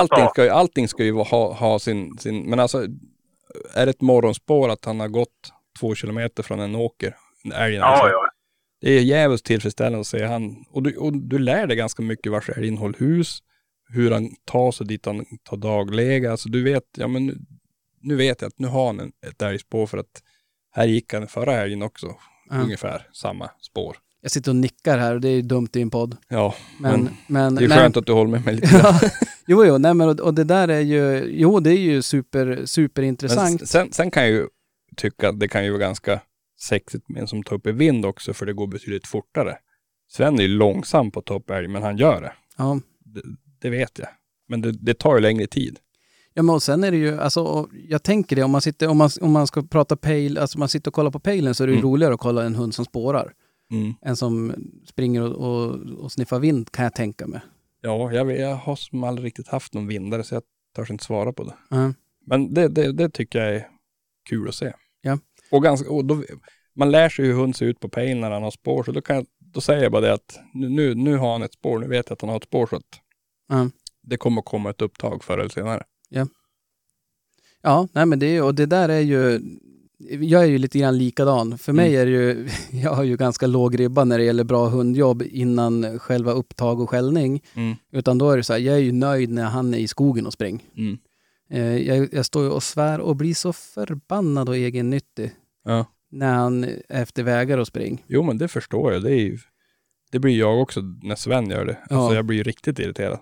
allting ska ju ha sin, men alltså är det ett morgonspår att han har gått 2 kilometer från en åker. Älgen, Ja. Det är jävligt tillfredsställande att se han. Och du lär dig ganska mycket vars älgen håller hus. Hur han tar sig dit han tar dagläge. Alltså du vet, ja men nu vet jag att nu har han ett älgspår för att här gick han förra helgen också. Ungefär samma spår. Jag sitter och nickar här och det är dumt i en podd. Ja, men det är skönt att du håller med mig lite grann. Jo, nej, men och det där är ju, det är ju superintressant. Men sen kan jag ju tycka att det kan ju vara ganska sexigt med en som tar upp i vind också, för det går betydligt fortare. Sven är ju långsam på att ta upp älg, men han gör det. Ja. Det vet jag. Men det tar ju längre tid. Ja, men och sen är det ju, alltså, jag tänker det, om man ska prata pejl, alltså man sitter och kollar på pejlen, så är det ju roligare att kolla en hund som spårar. En som springer och sniffar vind, kan jag tänka mig. Ja, jag har som aldrig riktigt haft någon vindare, så jag tar inte svara på det. Men det tycker jag är kul att se. Ja. Och då, man lär sig hur hund ser ut på pejl när han har spår, så då säger jag bara det att nu har han ett spår, nu vet jag att han har ett spår, så att det kommer att komma ett upptag förr eller senare. Ja, nej, men det där är ju, jag är ju lite grann likadan. För mig är det ju, jag har ju ganska låg ribba när det gäller bra hundjobb innan själva upptag och skällning. Utan då är det så här, jag är ju nöjd när han är i skogen och spring. Jag står ju och svär och blir så förbannad och egennyttig när han är efter vägar och spring. Jo, men det förstår jag. Det blir jag också när Sven gör det. Alltså jag blir riktigt irriterad.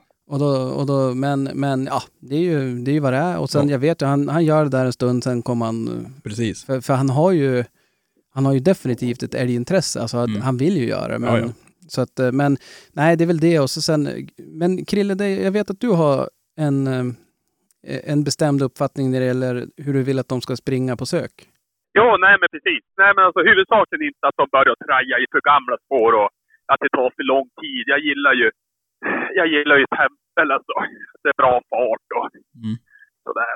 Men ja, det är ju vad det är. Och sen jag vet ju, han gör det där en stund, sen kommer han... Precis. För han har ju definitivt ett älgintresse. Alltså han vill ju göra det. Men, så att, men nej, det är väl det. Och så sen, men Krille, jag vet att du har en bestämd uppfattning när det gäller hur du vill att de ska springa på sök. Ja, nej men precis. Nej men alltså huvudsaken är inte att de börjar traja i för gamla spår och att det tar för lång tid. Jag gillar ju tempel, alltså. Det är bra fart och sådär.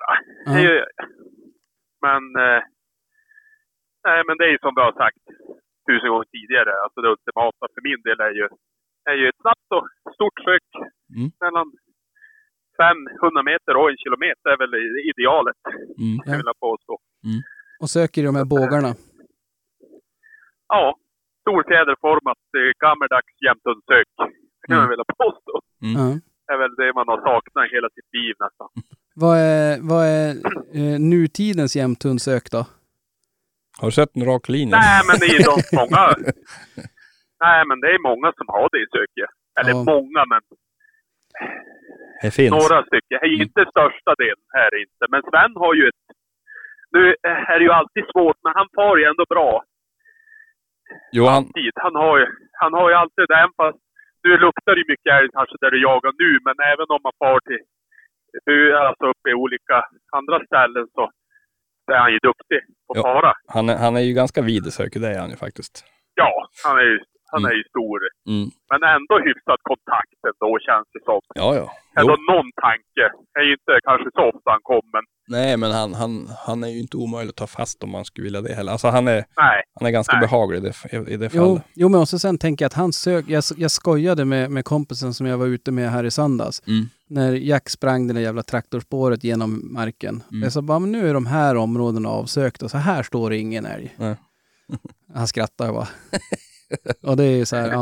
Men det är ju som vi har sagt 1000 gånger tidigare. Alltså det ultimata för min del är ju ett snabbt och stort sök mellan 500 meter och 1 kilometer är väl idealet. Jag vill påstå. Och söker de här bågarna? Ja, storfjäderformat, gammeldags jämthundsök. Kan jag vilja påstå. Det är väl det man har saknat hela sitt liv nästan. Vad är nutidens jämthundsök då? Har du sett en rak linje? Nej, men det är de många. Nej, men det är många som har det i söket. Eller många, men det finns några stycken. Det är inte största delen här inte. Men Sven har ju nu är det ju alltid svårt, men han far ju ändå bra. Jo, han har ju alltid det, fast nu luktar det mycket älg kanske där du jagar nu, men även om man far till alltså uppe i olika andra ställen så är han ju duktig på att fara. Han är ju ganska vid i söket, det är han ju faktiskt. Ja, han är ju stor. Men ändå hyfsad kontakt ändå, känns det som. Ja. Ändå någon tanke. Det är ju inte kanske så ofta han kommer. Nej, men han är ju inte omöjlig att ta fast om man skulle vilja det heller. Alltså han är ganska behaglig i det fallet. Jo, men också sen tänker jag att han jag skojade med kompisen som jag var ute med här i söndags. När Jack sprang det där jävla traktorspåret genom marken. Jag sa bara, men nu är de här områdena avsökta, så här står det ingen älg. Nej. Han skrattar bara. Och det är så här,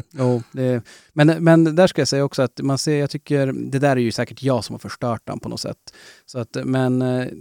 men där ska jag säga också att man ser, jag tycker, det där är ju säkert jag som har förstört den på något sätt. Så att, men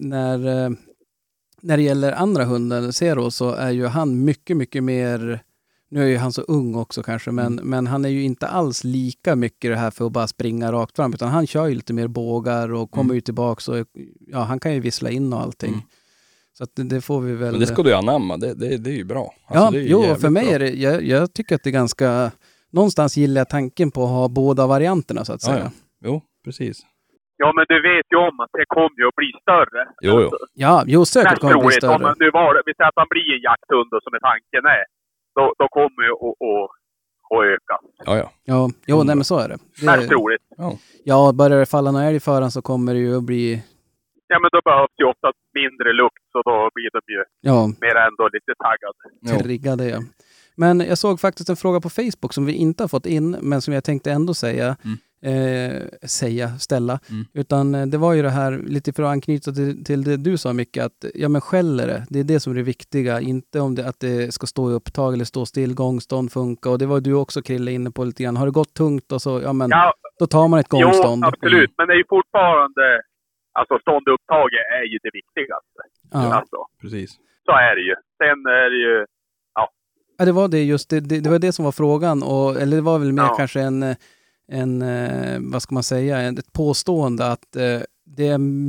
när det gäller andra hundar, Zero, så är ju han mycket, mycket mer, nu är ju han så ung också kanske, men han är ju inte alls lika mycket det här för att bara springa rakt fram, utan han kör ju lite mer bågar och kommer ju tillbaka, och han kan ju vissla in och allting. Så att det får vi väl... Men det ska du anamma, det är ju bra. Alltså, för mig är det, jag tycker att det är ganska... Någonstans gillar jag tanken på att ha båda varianterna, så att säga. Ja. Jo, precis. Ja, men du vet ju om att det kommer ju att bli större. Jo, säkert kommer att bli större. Om vi säger att han blir en jakthund som är tanken är, då kommer ju att öka. Ja, nej, men så är det. Mest troligt. Ja, börjar det falla någon älg för han så kommer det ju att bli... Ja, men då behövs ju ofta mindre lukt, så då blir de ju mer ändå lite taggade. Triggade, ja. Men jag såg faktiskt en fråga på Facebook som vi inte har fått in, men som jag tänkte ändå säga. ställa. Utan det var ju det här, lite för att anknyta till det du sa mycket, att ja men skäller det är det som är det viktiga, inte om det att det ska stå i upptag eller stå still, gångstånd funka, och det var du också Krille inne på lite grann. Har det gått tungt och så, då tar man ett gångstånd. Jo, absolut, men det är ju fortfarande, alltså ståndupptaget är ju det viktigaste. Ja, alltså, precis. Så är det ju. Sen är det ju, ja det var det just, det var det som var frågan, eller det var väl mer kanske en vad ska man säga, ett påstående att det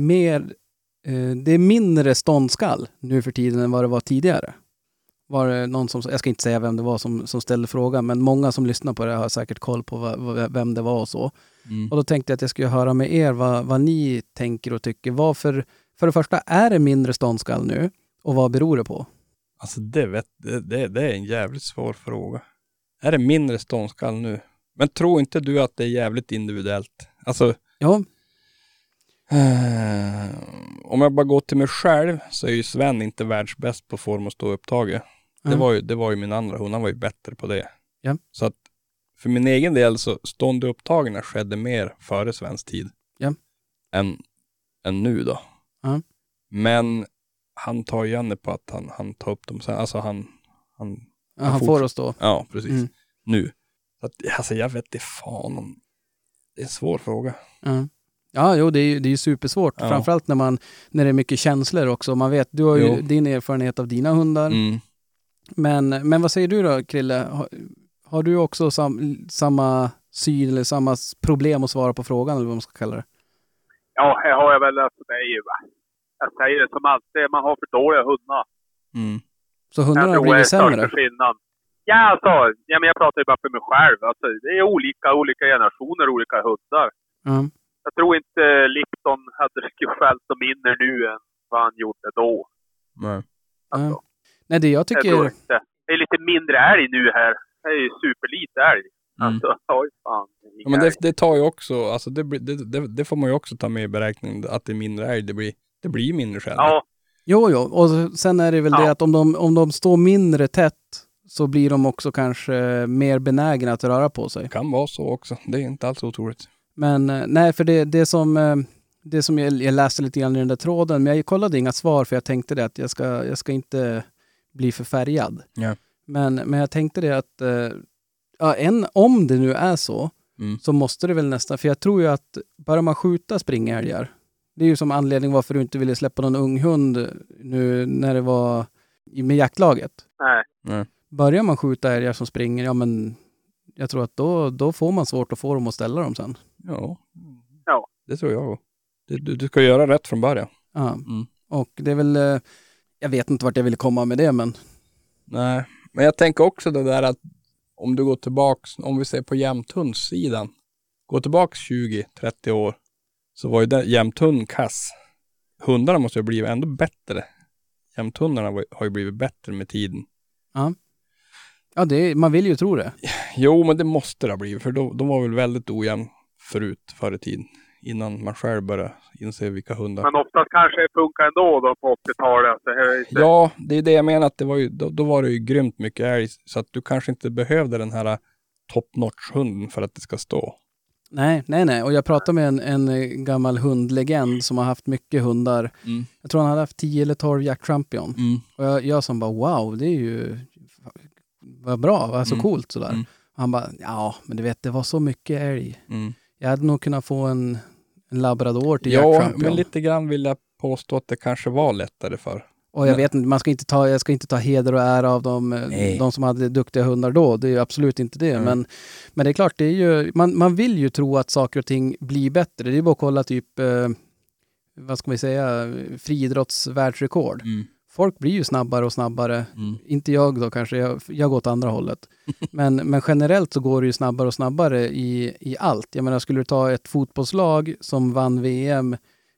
är mindre ståndskall nu för tiden än vad det var tidigare. Var det någon som, jag ska inte säga vem det var som ställde frågan, men många som lyssnar på det har säkert koll på vem det var och så. Och då tänkte jag att jag skulle höra med er vad ni tänker och tycker. Varför, för det första, är det mindre ståndskall nu och vad beror det på? Alltså det är en jävligt svår fråga. Är det mindre ståndskall nu? Men tror inte du att det är jävligt individuellt? Alltså, ja. Om jag bara går till mig själv så är ju Sven inte världsbäst på form att stå upptaget. Det var ju min andra hon, han var ju bättre på det. Ja. Så att för min egen del så stående upptagna skedde mer före Svens tid. Ja. Än nu då. Ja. Men han tar ju gärna på att han tar upp dem sen. Alltså han får oss då. Ja, precis. Nu. Så att, alltså jag vet inte fan om... Det är en svår fråga. Ja, jo, det är ju supersvårt. Ja. Framförallt när det är mycket känslor också. Man vet, du har ju din erfarenhet av dina hundar. Men vad säger du då, Krille? Har du också samma syn eller samma problem att svara på frågan, eller vad man ska kalla det? Ja, här har jag väl, alltså det är ju, jag säger det som alltid, man har för dåliga hundar. Så hundarna har blivit sämre? Ja, alltså, men jag pratar ju bara för mig själv. Alltså, det är olika generationer, olika hundar. Jag tror inte Lipton hade skällt dem mindre nu än vad han gjorde då. Nej. Alltså, nej, det jag tycker... Det är lite mindre älg nu här. Det är ju superlite älg. Alltså, oj fan. Ja, men det tar ju också, alltså det får man ju också ta med i beräkningen, att det är mindre älg, det blir mindre själv. Ja. Jo, och sen är det väl det att om de står mindre tätt så blir de också kanske mer benägna att röra på sig. Kan vara så också, det är inte alls otroligt. Men nej, för det som jag läste lite grann i den där tråden, men jag kollade inga svar för jag tänkte det att jag ska inte bli för färgad. Ja. Men jag tänkte det att om det nu är så så måste det väl nästan, för jag tror ju att bara man skjuta springälgar, det är ju som anledning varför du inte ville släppa någon ung hund nu när det var med jaktlaget. Nej. Börjar man skjuta älgar som springer, ja men jag tror att då får man svårt att få dem att ställa dem sen. Ja. Det tror jag. Du ska göra rätt från början. Ja. Och det är väl, jag vet inte vart jag ville komma med det, men... Nej, men jag tänker också det där att om du går tillbaks, om vi ser på jämthundssidan, gå tillbaks 20-30 år, så var ju där jämthund kass. Hundarna måste ju bli ändå bättre. Jämthundarna har ju blivit bättre med tiden. Ja. Ja, man vill ju tro det. Jo, men det måste det ha blivit, för de var väl väldigt ojämn förr i tiden. Innan man själv började inse vilka hundar. Men oftast kanske det funkar ändå då på 80-talet. Ja, det är det jag menar, att det var ju, då var det ju grymt mycket älg, så att du kanske inte behövde den här top-notch-hunden för att det ska stå. Nej. Och jag pratade med en gammal hundlegend som har haft mycket hundar. Jag tror han hade haft 10 eller 12 Jack Champion. Och jag som bara, wow, det är ju vad bra, vad så coolt sådär. Och han bara, ja, men du vet, det var så mycket älg. Jag hade nog kunnat få en labrador till Jack Champion. Ja, men lite grann vill jag påstå att det kanske var lättare för. Och jag vet inte, jag ska inte ta heder och ära av de som hade duktiga hundar då. Det är ju absolut inte det. Men det är klart, det är ju, man vill ju tro att saker och ting blir bättre. Det är bara att kolla typ, vad ska vi säga, friidrottsvärldsrekord. Folk blir ju snabbare och snabbare. Inte jag då kanske, jag går åt andra hållet. Men generellt så går det ju snabbare och snabbare i allt. Jag menar, skulle du ta ett fotbollslag som vann VM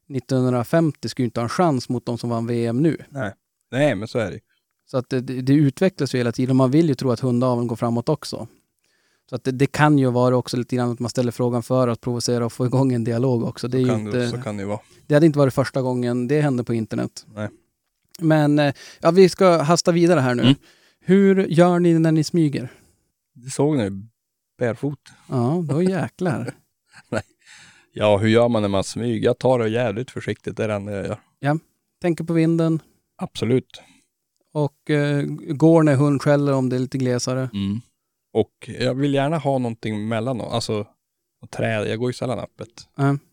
1950 skulle ju inte ha en chans mot de som vann VM nu. Nej, men så är det. Så att det utvecklas ju hela tiden. Man vill ju tro att hundaveln går framåt också. Så att det kan ju vara också lite grann att man ställer frågan för att provocera och få igång en dialog också. Det är ju inte, så kan det vara. Det hade inte varit första gången det hände på internet. Nej. Men vi ska hasta vidare här nu. Hur gör ni när ni smyger? Det såg ni bärfot. Ja, då jäklar. Nej. Ja, hur gör man när man smyger? Jag tar det jävligt försiktigt, det är det enda jag gör. Ja, tänker på vinden. Absolut. Och går när hund skäller om det är lite glesare. Mm. Och jag vill gärna ha någonting mellan, alltså träd. Jag går ju sällan öppet.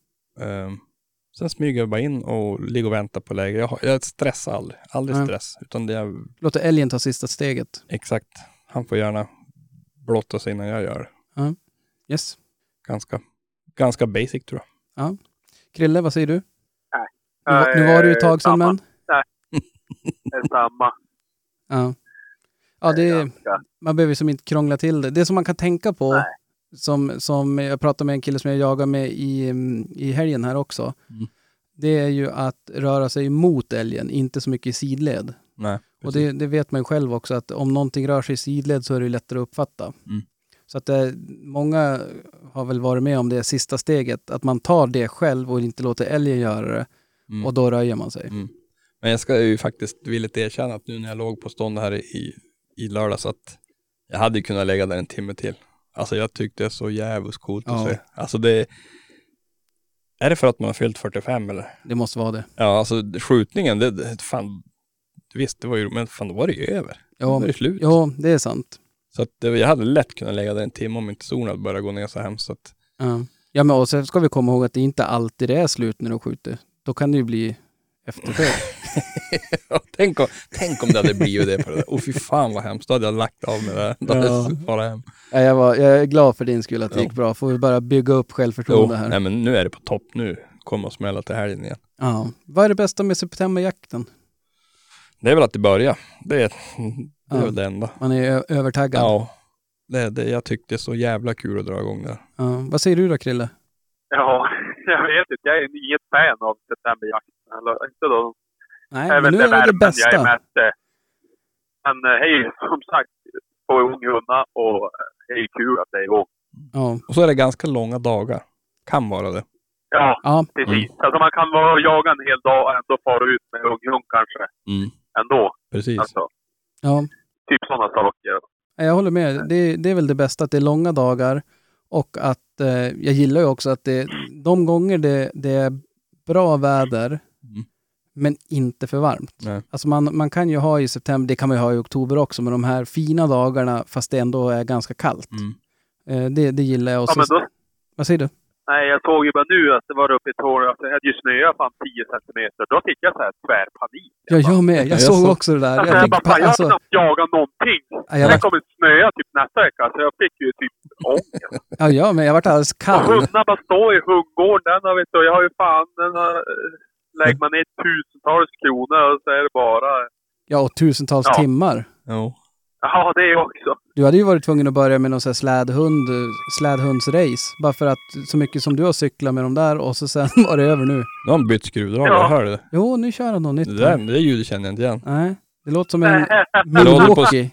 Sen smyger jag bara in och ligger och väntar på läge. Jag stressar aldrig stress. Utan det låter älgen ta sista steget. Exakt. Han får gärna blotta sig innan jag gör det. Yes. Ganska basic tror jag. Ja. Krille, vad säger du? Nej. Nu var det ju ett tag sedan, men... Nej, det är samma. Ja. Ja, man behöver som inte krångla till det. Det som man kan tänka på, som jag pratade med en kille som jag jagar med i helgen här också. Mm. Det är ju att röra sig mot älgen, inte så mycket i sidled. Nej, och det vet man ju själv också, att om någonting rör sig i sidled så är det lättare att uppfatta. Mm. Så att många har väl varit med om det sista steget, att man tar det själv och inte låter älgen göra det. Mm. Och då röjer man sig. Mm. Men jag ska ju faktiskt villigt erkänna att nu när jag låg på stånd här i lördags att jag hade kunnat lägga där en timme till. Alltså jag tyckte det är så jävligt coolt att se. Alltså är det för att man har fyllt 45 eller? Det måste vara det. Ja, alltså skjutningen, fan, visst det var ju, men fan då var det ju över. Ja, då var det slut. Ja, det är sant. Så att jag hade lätt kunnat lägga där en timme om inte solen hade börjat gå ner så hemskt. Så att... Ja, men och så ska vi komma ihåg att det inte alltid är slut när de skjuter. Då kan det ju bli efterföljd. Ja, tänk om det hade blivit det på det där. Fy fan vad hemskt. Då hade jag lagt av med det. Då hade jag bara hem. Ja, jag är glad för din skull att det gick bra. Får vi bara bygga upp självförtroende här. Nej, men nu är det på topp. Nu kommer att smälla till helgen igen. Ja. Vad är det bästa med septemberjakten? Det är väl att det börjar. Det är väl det enda. Man är övertaggad. Ja. Jag tyckte det är så jävla kul att dra igång där. Ja. Vad säger du då, Krille? Ja, jag vet inte. Jag är inget fan av septemberjakten. Eller inte då. Nej, men nu är det bästa. Jag är mest, men hej, som sagt, få ung hunna och det är kul att det är igång. Ja. Och så är det ganska långa dagar. Kan vara det. Ja, precis. Alltså man kan vara och jaga en hel dag och ändå fara ut med ung hund kanske. Ändå. Precis. Alltså, ja. Typ sådana saker. Jag håller med. Det är väl det bästa att det är långa dagar. Och att jag gillar ju också att de gånger det är bra väder men inte för varmt. Nej. Alltså man kan ju ha i september, det kan man ju ha i oktober också, men de här fina dagarna fast det ändå är ganska kallt. Det gillar jag. Och men då, vad säger du? Nej, jag såg ju bara nu att det var uppe i torr, att det hade ju snöat fan 10 centimeter. Då fick jag så här tvärpanik. Ja, jag med. Jag såg också det där. Jag har knappt jagat någonting. Det kommer snöa typ nästa vecka, så jag fick ju typ ångest. Ja, men jag vart alldeles kall. Och hundarna bara står i hundgården, vet du. Jag har ju fan, lägger man ner tusentals kronor och så är det bara... Ja, och tusentals timmar. Ja, det är också. Du hade ju varit tvungen att börja med någon sån här slädhundsrace. Bara för att så mycket som du har cyklat med dem där och så sen var det över nu. Nu har han bytt skruvdragare, jag hörde det. Jo, nu kör han något nytt. Det ljudet känner jag inte igen. Nej, det låter som en Milwaukee.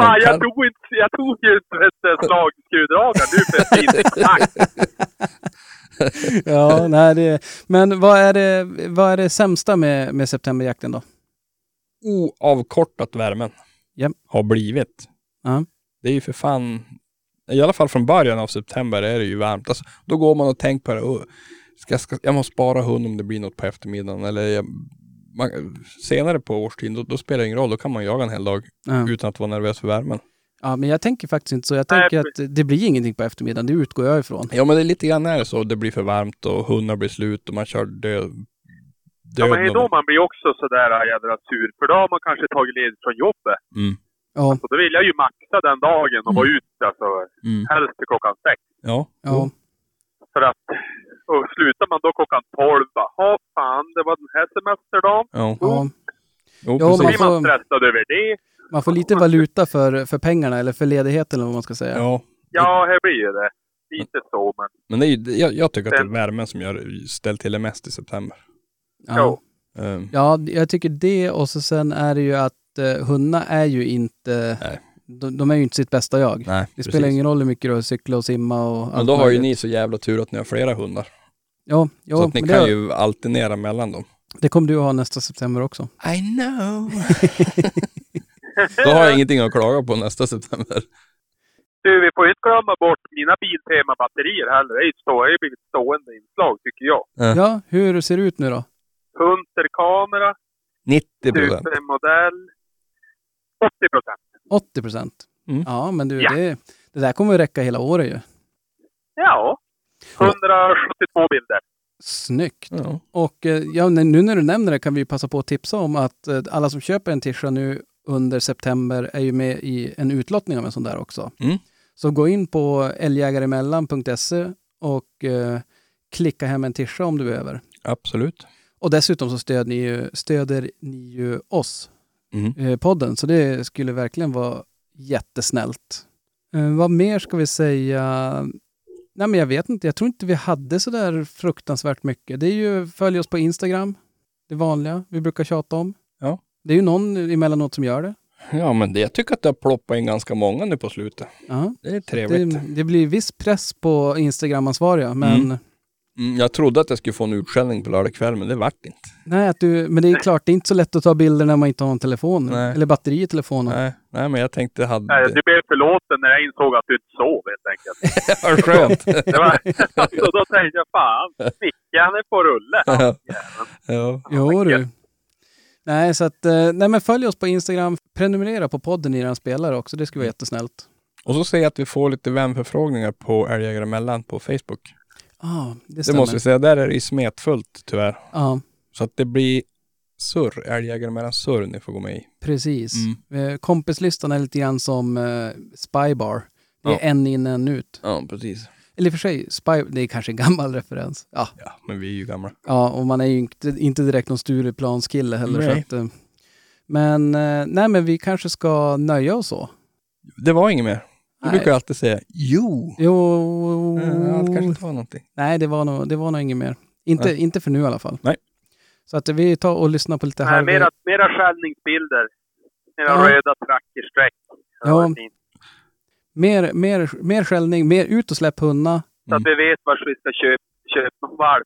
Jag tog ju ett slagskruvdragare nu för ett litet Ja, nej men vad är det sämsta med septemberjakten då? Oavkortat värmen. Har blivit. Det är ju för fan, i alla fall från början av september är det ju varmt. Alltså, då går man och tänker på det. Jag måste spara hund om det blir något på eftermiddagen. Eller senare på årstid, då spelar det ingen roll. Då kan man jaga en hel dag utan att vara nervös för värmen. Ja, men jag tänker faktiskt inte så. Jag tänker att det blir ingenting på eftermiddagen. Det utgår jag ifrån. Ja, men det är lite grann är det så. Det blir för varmt och hundar blir slut och man kör död. Ja, men då man blir också sådär jädra sur. För då har man kanske tagit ledigt från jobbet. Ja. Alltså, då vill jag ju maxa den dagen och vara ute. Alltså, helst till klockan 6. Ja. För att och slutar man då klockan 12. Ja, fan, det var den här semesterdagen. Man blir man stressad över det. Man får lite valuta för pengarna eller för ledigheten eller vad man ska säga. Ja, här blir det. Lite så, men det är ju, jag tycker att det är värmen som gör ställt till det mest i september. Ja, jag tycker det, och så sen är det ju att hundarna är ju inte de är ju inte sitt bästa jag. Nej, det spelar ingen roll hur mycket du cykla och simma och allt. Men då har ju ni så jävla tur att ni har flera hundar. Ja, så att ni kan ju alternera mellan dem. Det kommer du att ha nästa september också. I know. Då har jag ingenting att klaga på nästa september. Du, vi får inte glömma bort mina Biltema-batterier heller. Det har ju blivit stående inslag, tycker jag. Ja, hur ser det ut nu då? Hunter-kamera. 90%. Supermodell. 80%. 80%? Ja, men du, det där kommer att räcka hela året ju. Ja. 172 bilder. Snyggt. Ja. Och nu när du nämner det kan vi passa på att tipsa om att alla som köper en tisha nu under september är ju med i en utlottning av en sån där också. Så gå in på älgjägaremellan.se och klicka hem en tisha om du behöver. Absolut. Och dessutom så stöder ni ju oss, podden. Så det skulle verkligen vara jättesnällt. Vad mer ska vi säga? Nej, men jag vet inte. Jag tror inte vi hade så där fruktansvärt mycket. Det är ju följ oss på Instagram. Det vanliga vi brukar tjata om. Ja. Det är ju någon emellanåt som gör det. Ja, men jag tycker att det har ploppat in ganska många nu på slutet. Ja. Det är trevligt. Det blir viss press på Instagram-ansvariga, men... Jag trodde att jag skulle få en utskällning på lördag kväll, men det vart inte. Nej, men det är klart, det är inte så lätt att ta bilder när man inte har en telefon. Nej. Eller batteri i telefonen. Nej, men jag tänkte det blev förlåten när jag insåg att du inte sov, helt enkelt. Ja, skönt. Alltså, då tänkte jag, fan, Mickan är på rulle. Ja. Jo, du. Nej, så att, men följ oss på Instagram. Prenumerera på podden i er spelare också. Det skulle vara jättesnällt. Och så säger jag att vi får lite vänförfrågningar på Älgjägare Mellan på Facebook. Det måste jag säga. Där är det smetfullt tyvärr. Ja. Så att det blir surr. Älgjägare Mellan surr ni får gå med i. Precis. Kompislistan är lite grann som Spybar. Det är en in, en ut. Ja, precis. Eller i och för sig, det är kanske en gammal referens. Ja, men vi är ju gamla. Ja, och man är ju inte direkt någon Stureplanskille heller. Så att, men vi kanske ska nöja oss så. Det var inget mer. Du brukar alltid säga Jo. Det kanske inte var någonting. Nej, det var nog inget mer. Inte för nu i alla fall. Nej. Så att vi tar och lyssnar på lite här. Mera skällningsbilder. Mera röda trackersträck. Ja. Mer skällning, mer ut och släpp hundarna. Så att vi vet var vi ska köpa någon valp.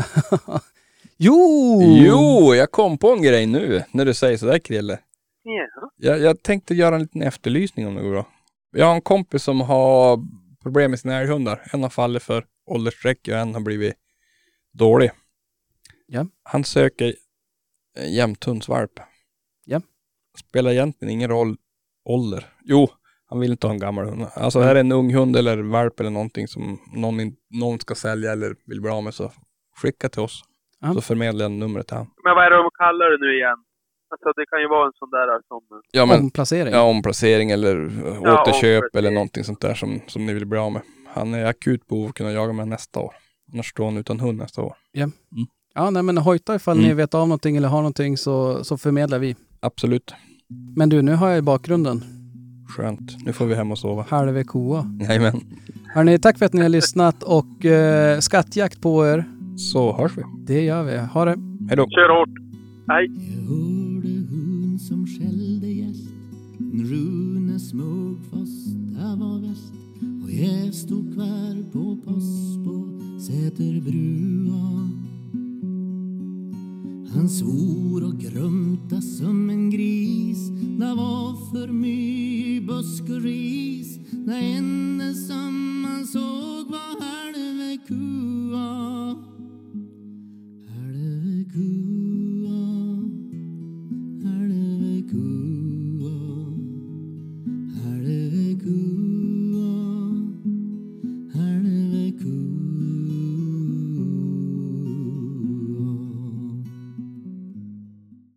Jo, jag kom på en grej nu när du säger sådär, Krille. Ja. Jag tänkte göra en liten efterlysning om det går bra. Jag har en kompis som har problem med sina älghundar. En har fallit för åldersstreck och en har blivit dålig. Ja. Han söker jämthundsvalp. Ja. Spelar egentligen ingen roll ålder. Jo, han vill inte ha en gammal hund. Alltså är det en ung hund eller valp eller någonting som någon ska sälja eller vill bli av med, så skicka till oss. Ja. Så förmedlar jag numret till han. Men vad är det de kallar det nu igen? Alltså det kan ju vara en sån där som... omplacering. Ja, omplacering eller återköp eller någonting sånt där som ni vill bli av med. Han är akut behov att kunna jaga med nästa år. Annars står han utan hund nästa år. Ja. Ja, nej, men hojta ifall ni vet av någonting eller har någonting så förmedlar vi. Absolut. Men du, nu har jag i bakgrunden. Skönt. Nu får vi hem och sova. Halve koa. Jajamän. Hörrni, tack för att ni har lyssnat och skattjakt på er. Så hörs vi. Det gör vi. Ha det. Hej då. Kör hårt. Hej. Jag hörde hund som skällde gäst. En Rune smög fast det var väst. Och jag stod kvar på post på Säterbrua. Han svor och grumta som en gris. Det var för mycket busk och ris. Det enda som man såg var halva ku.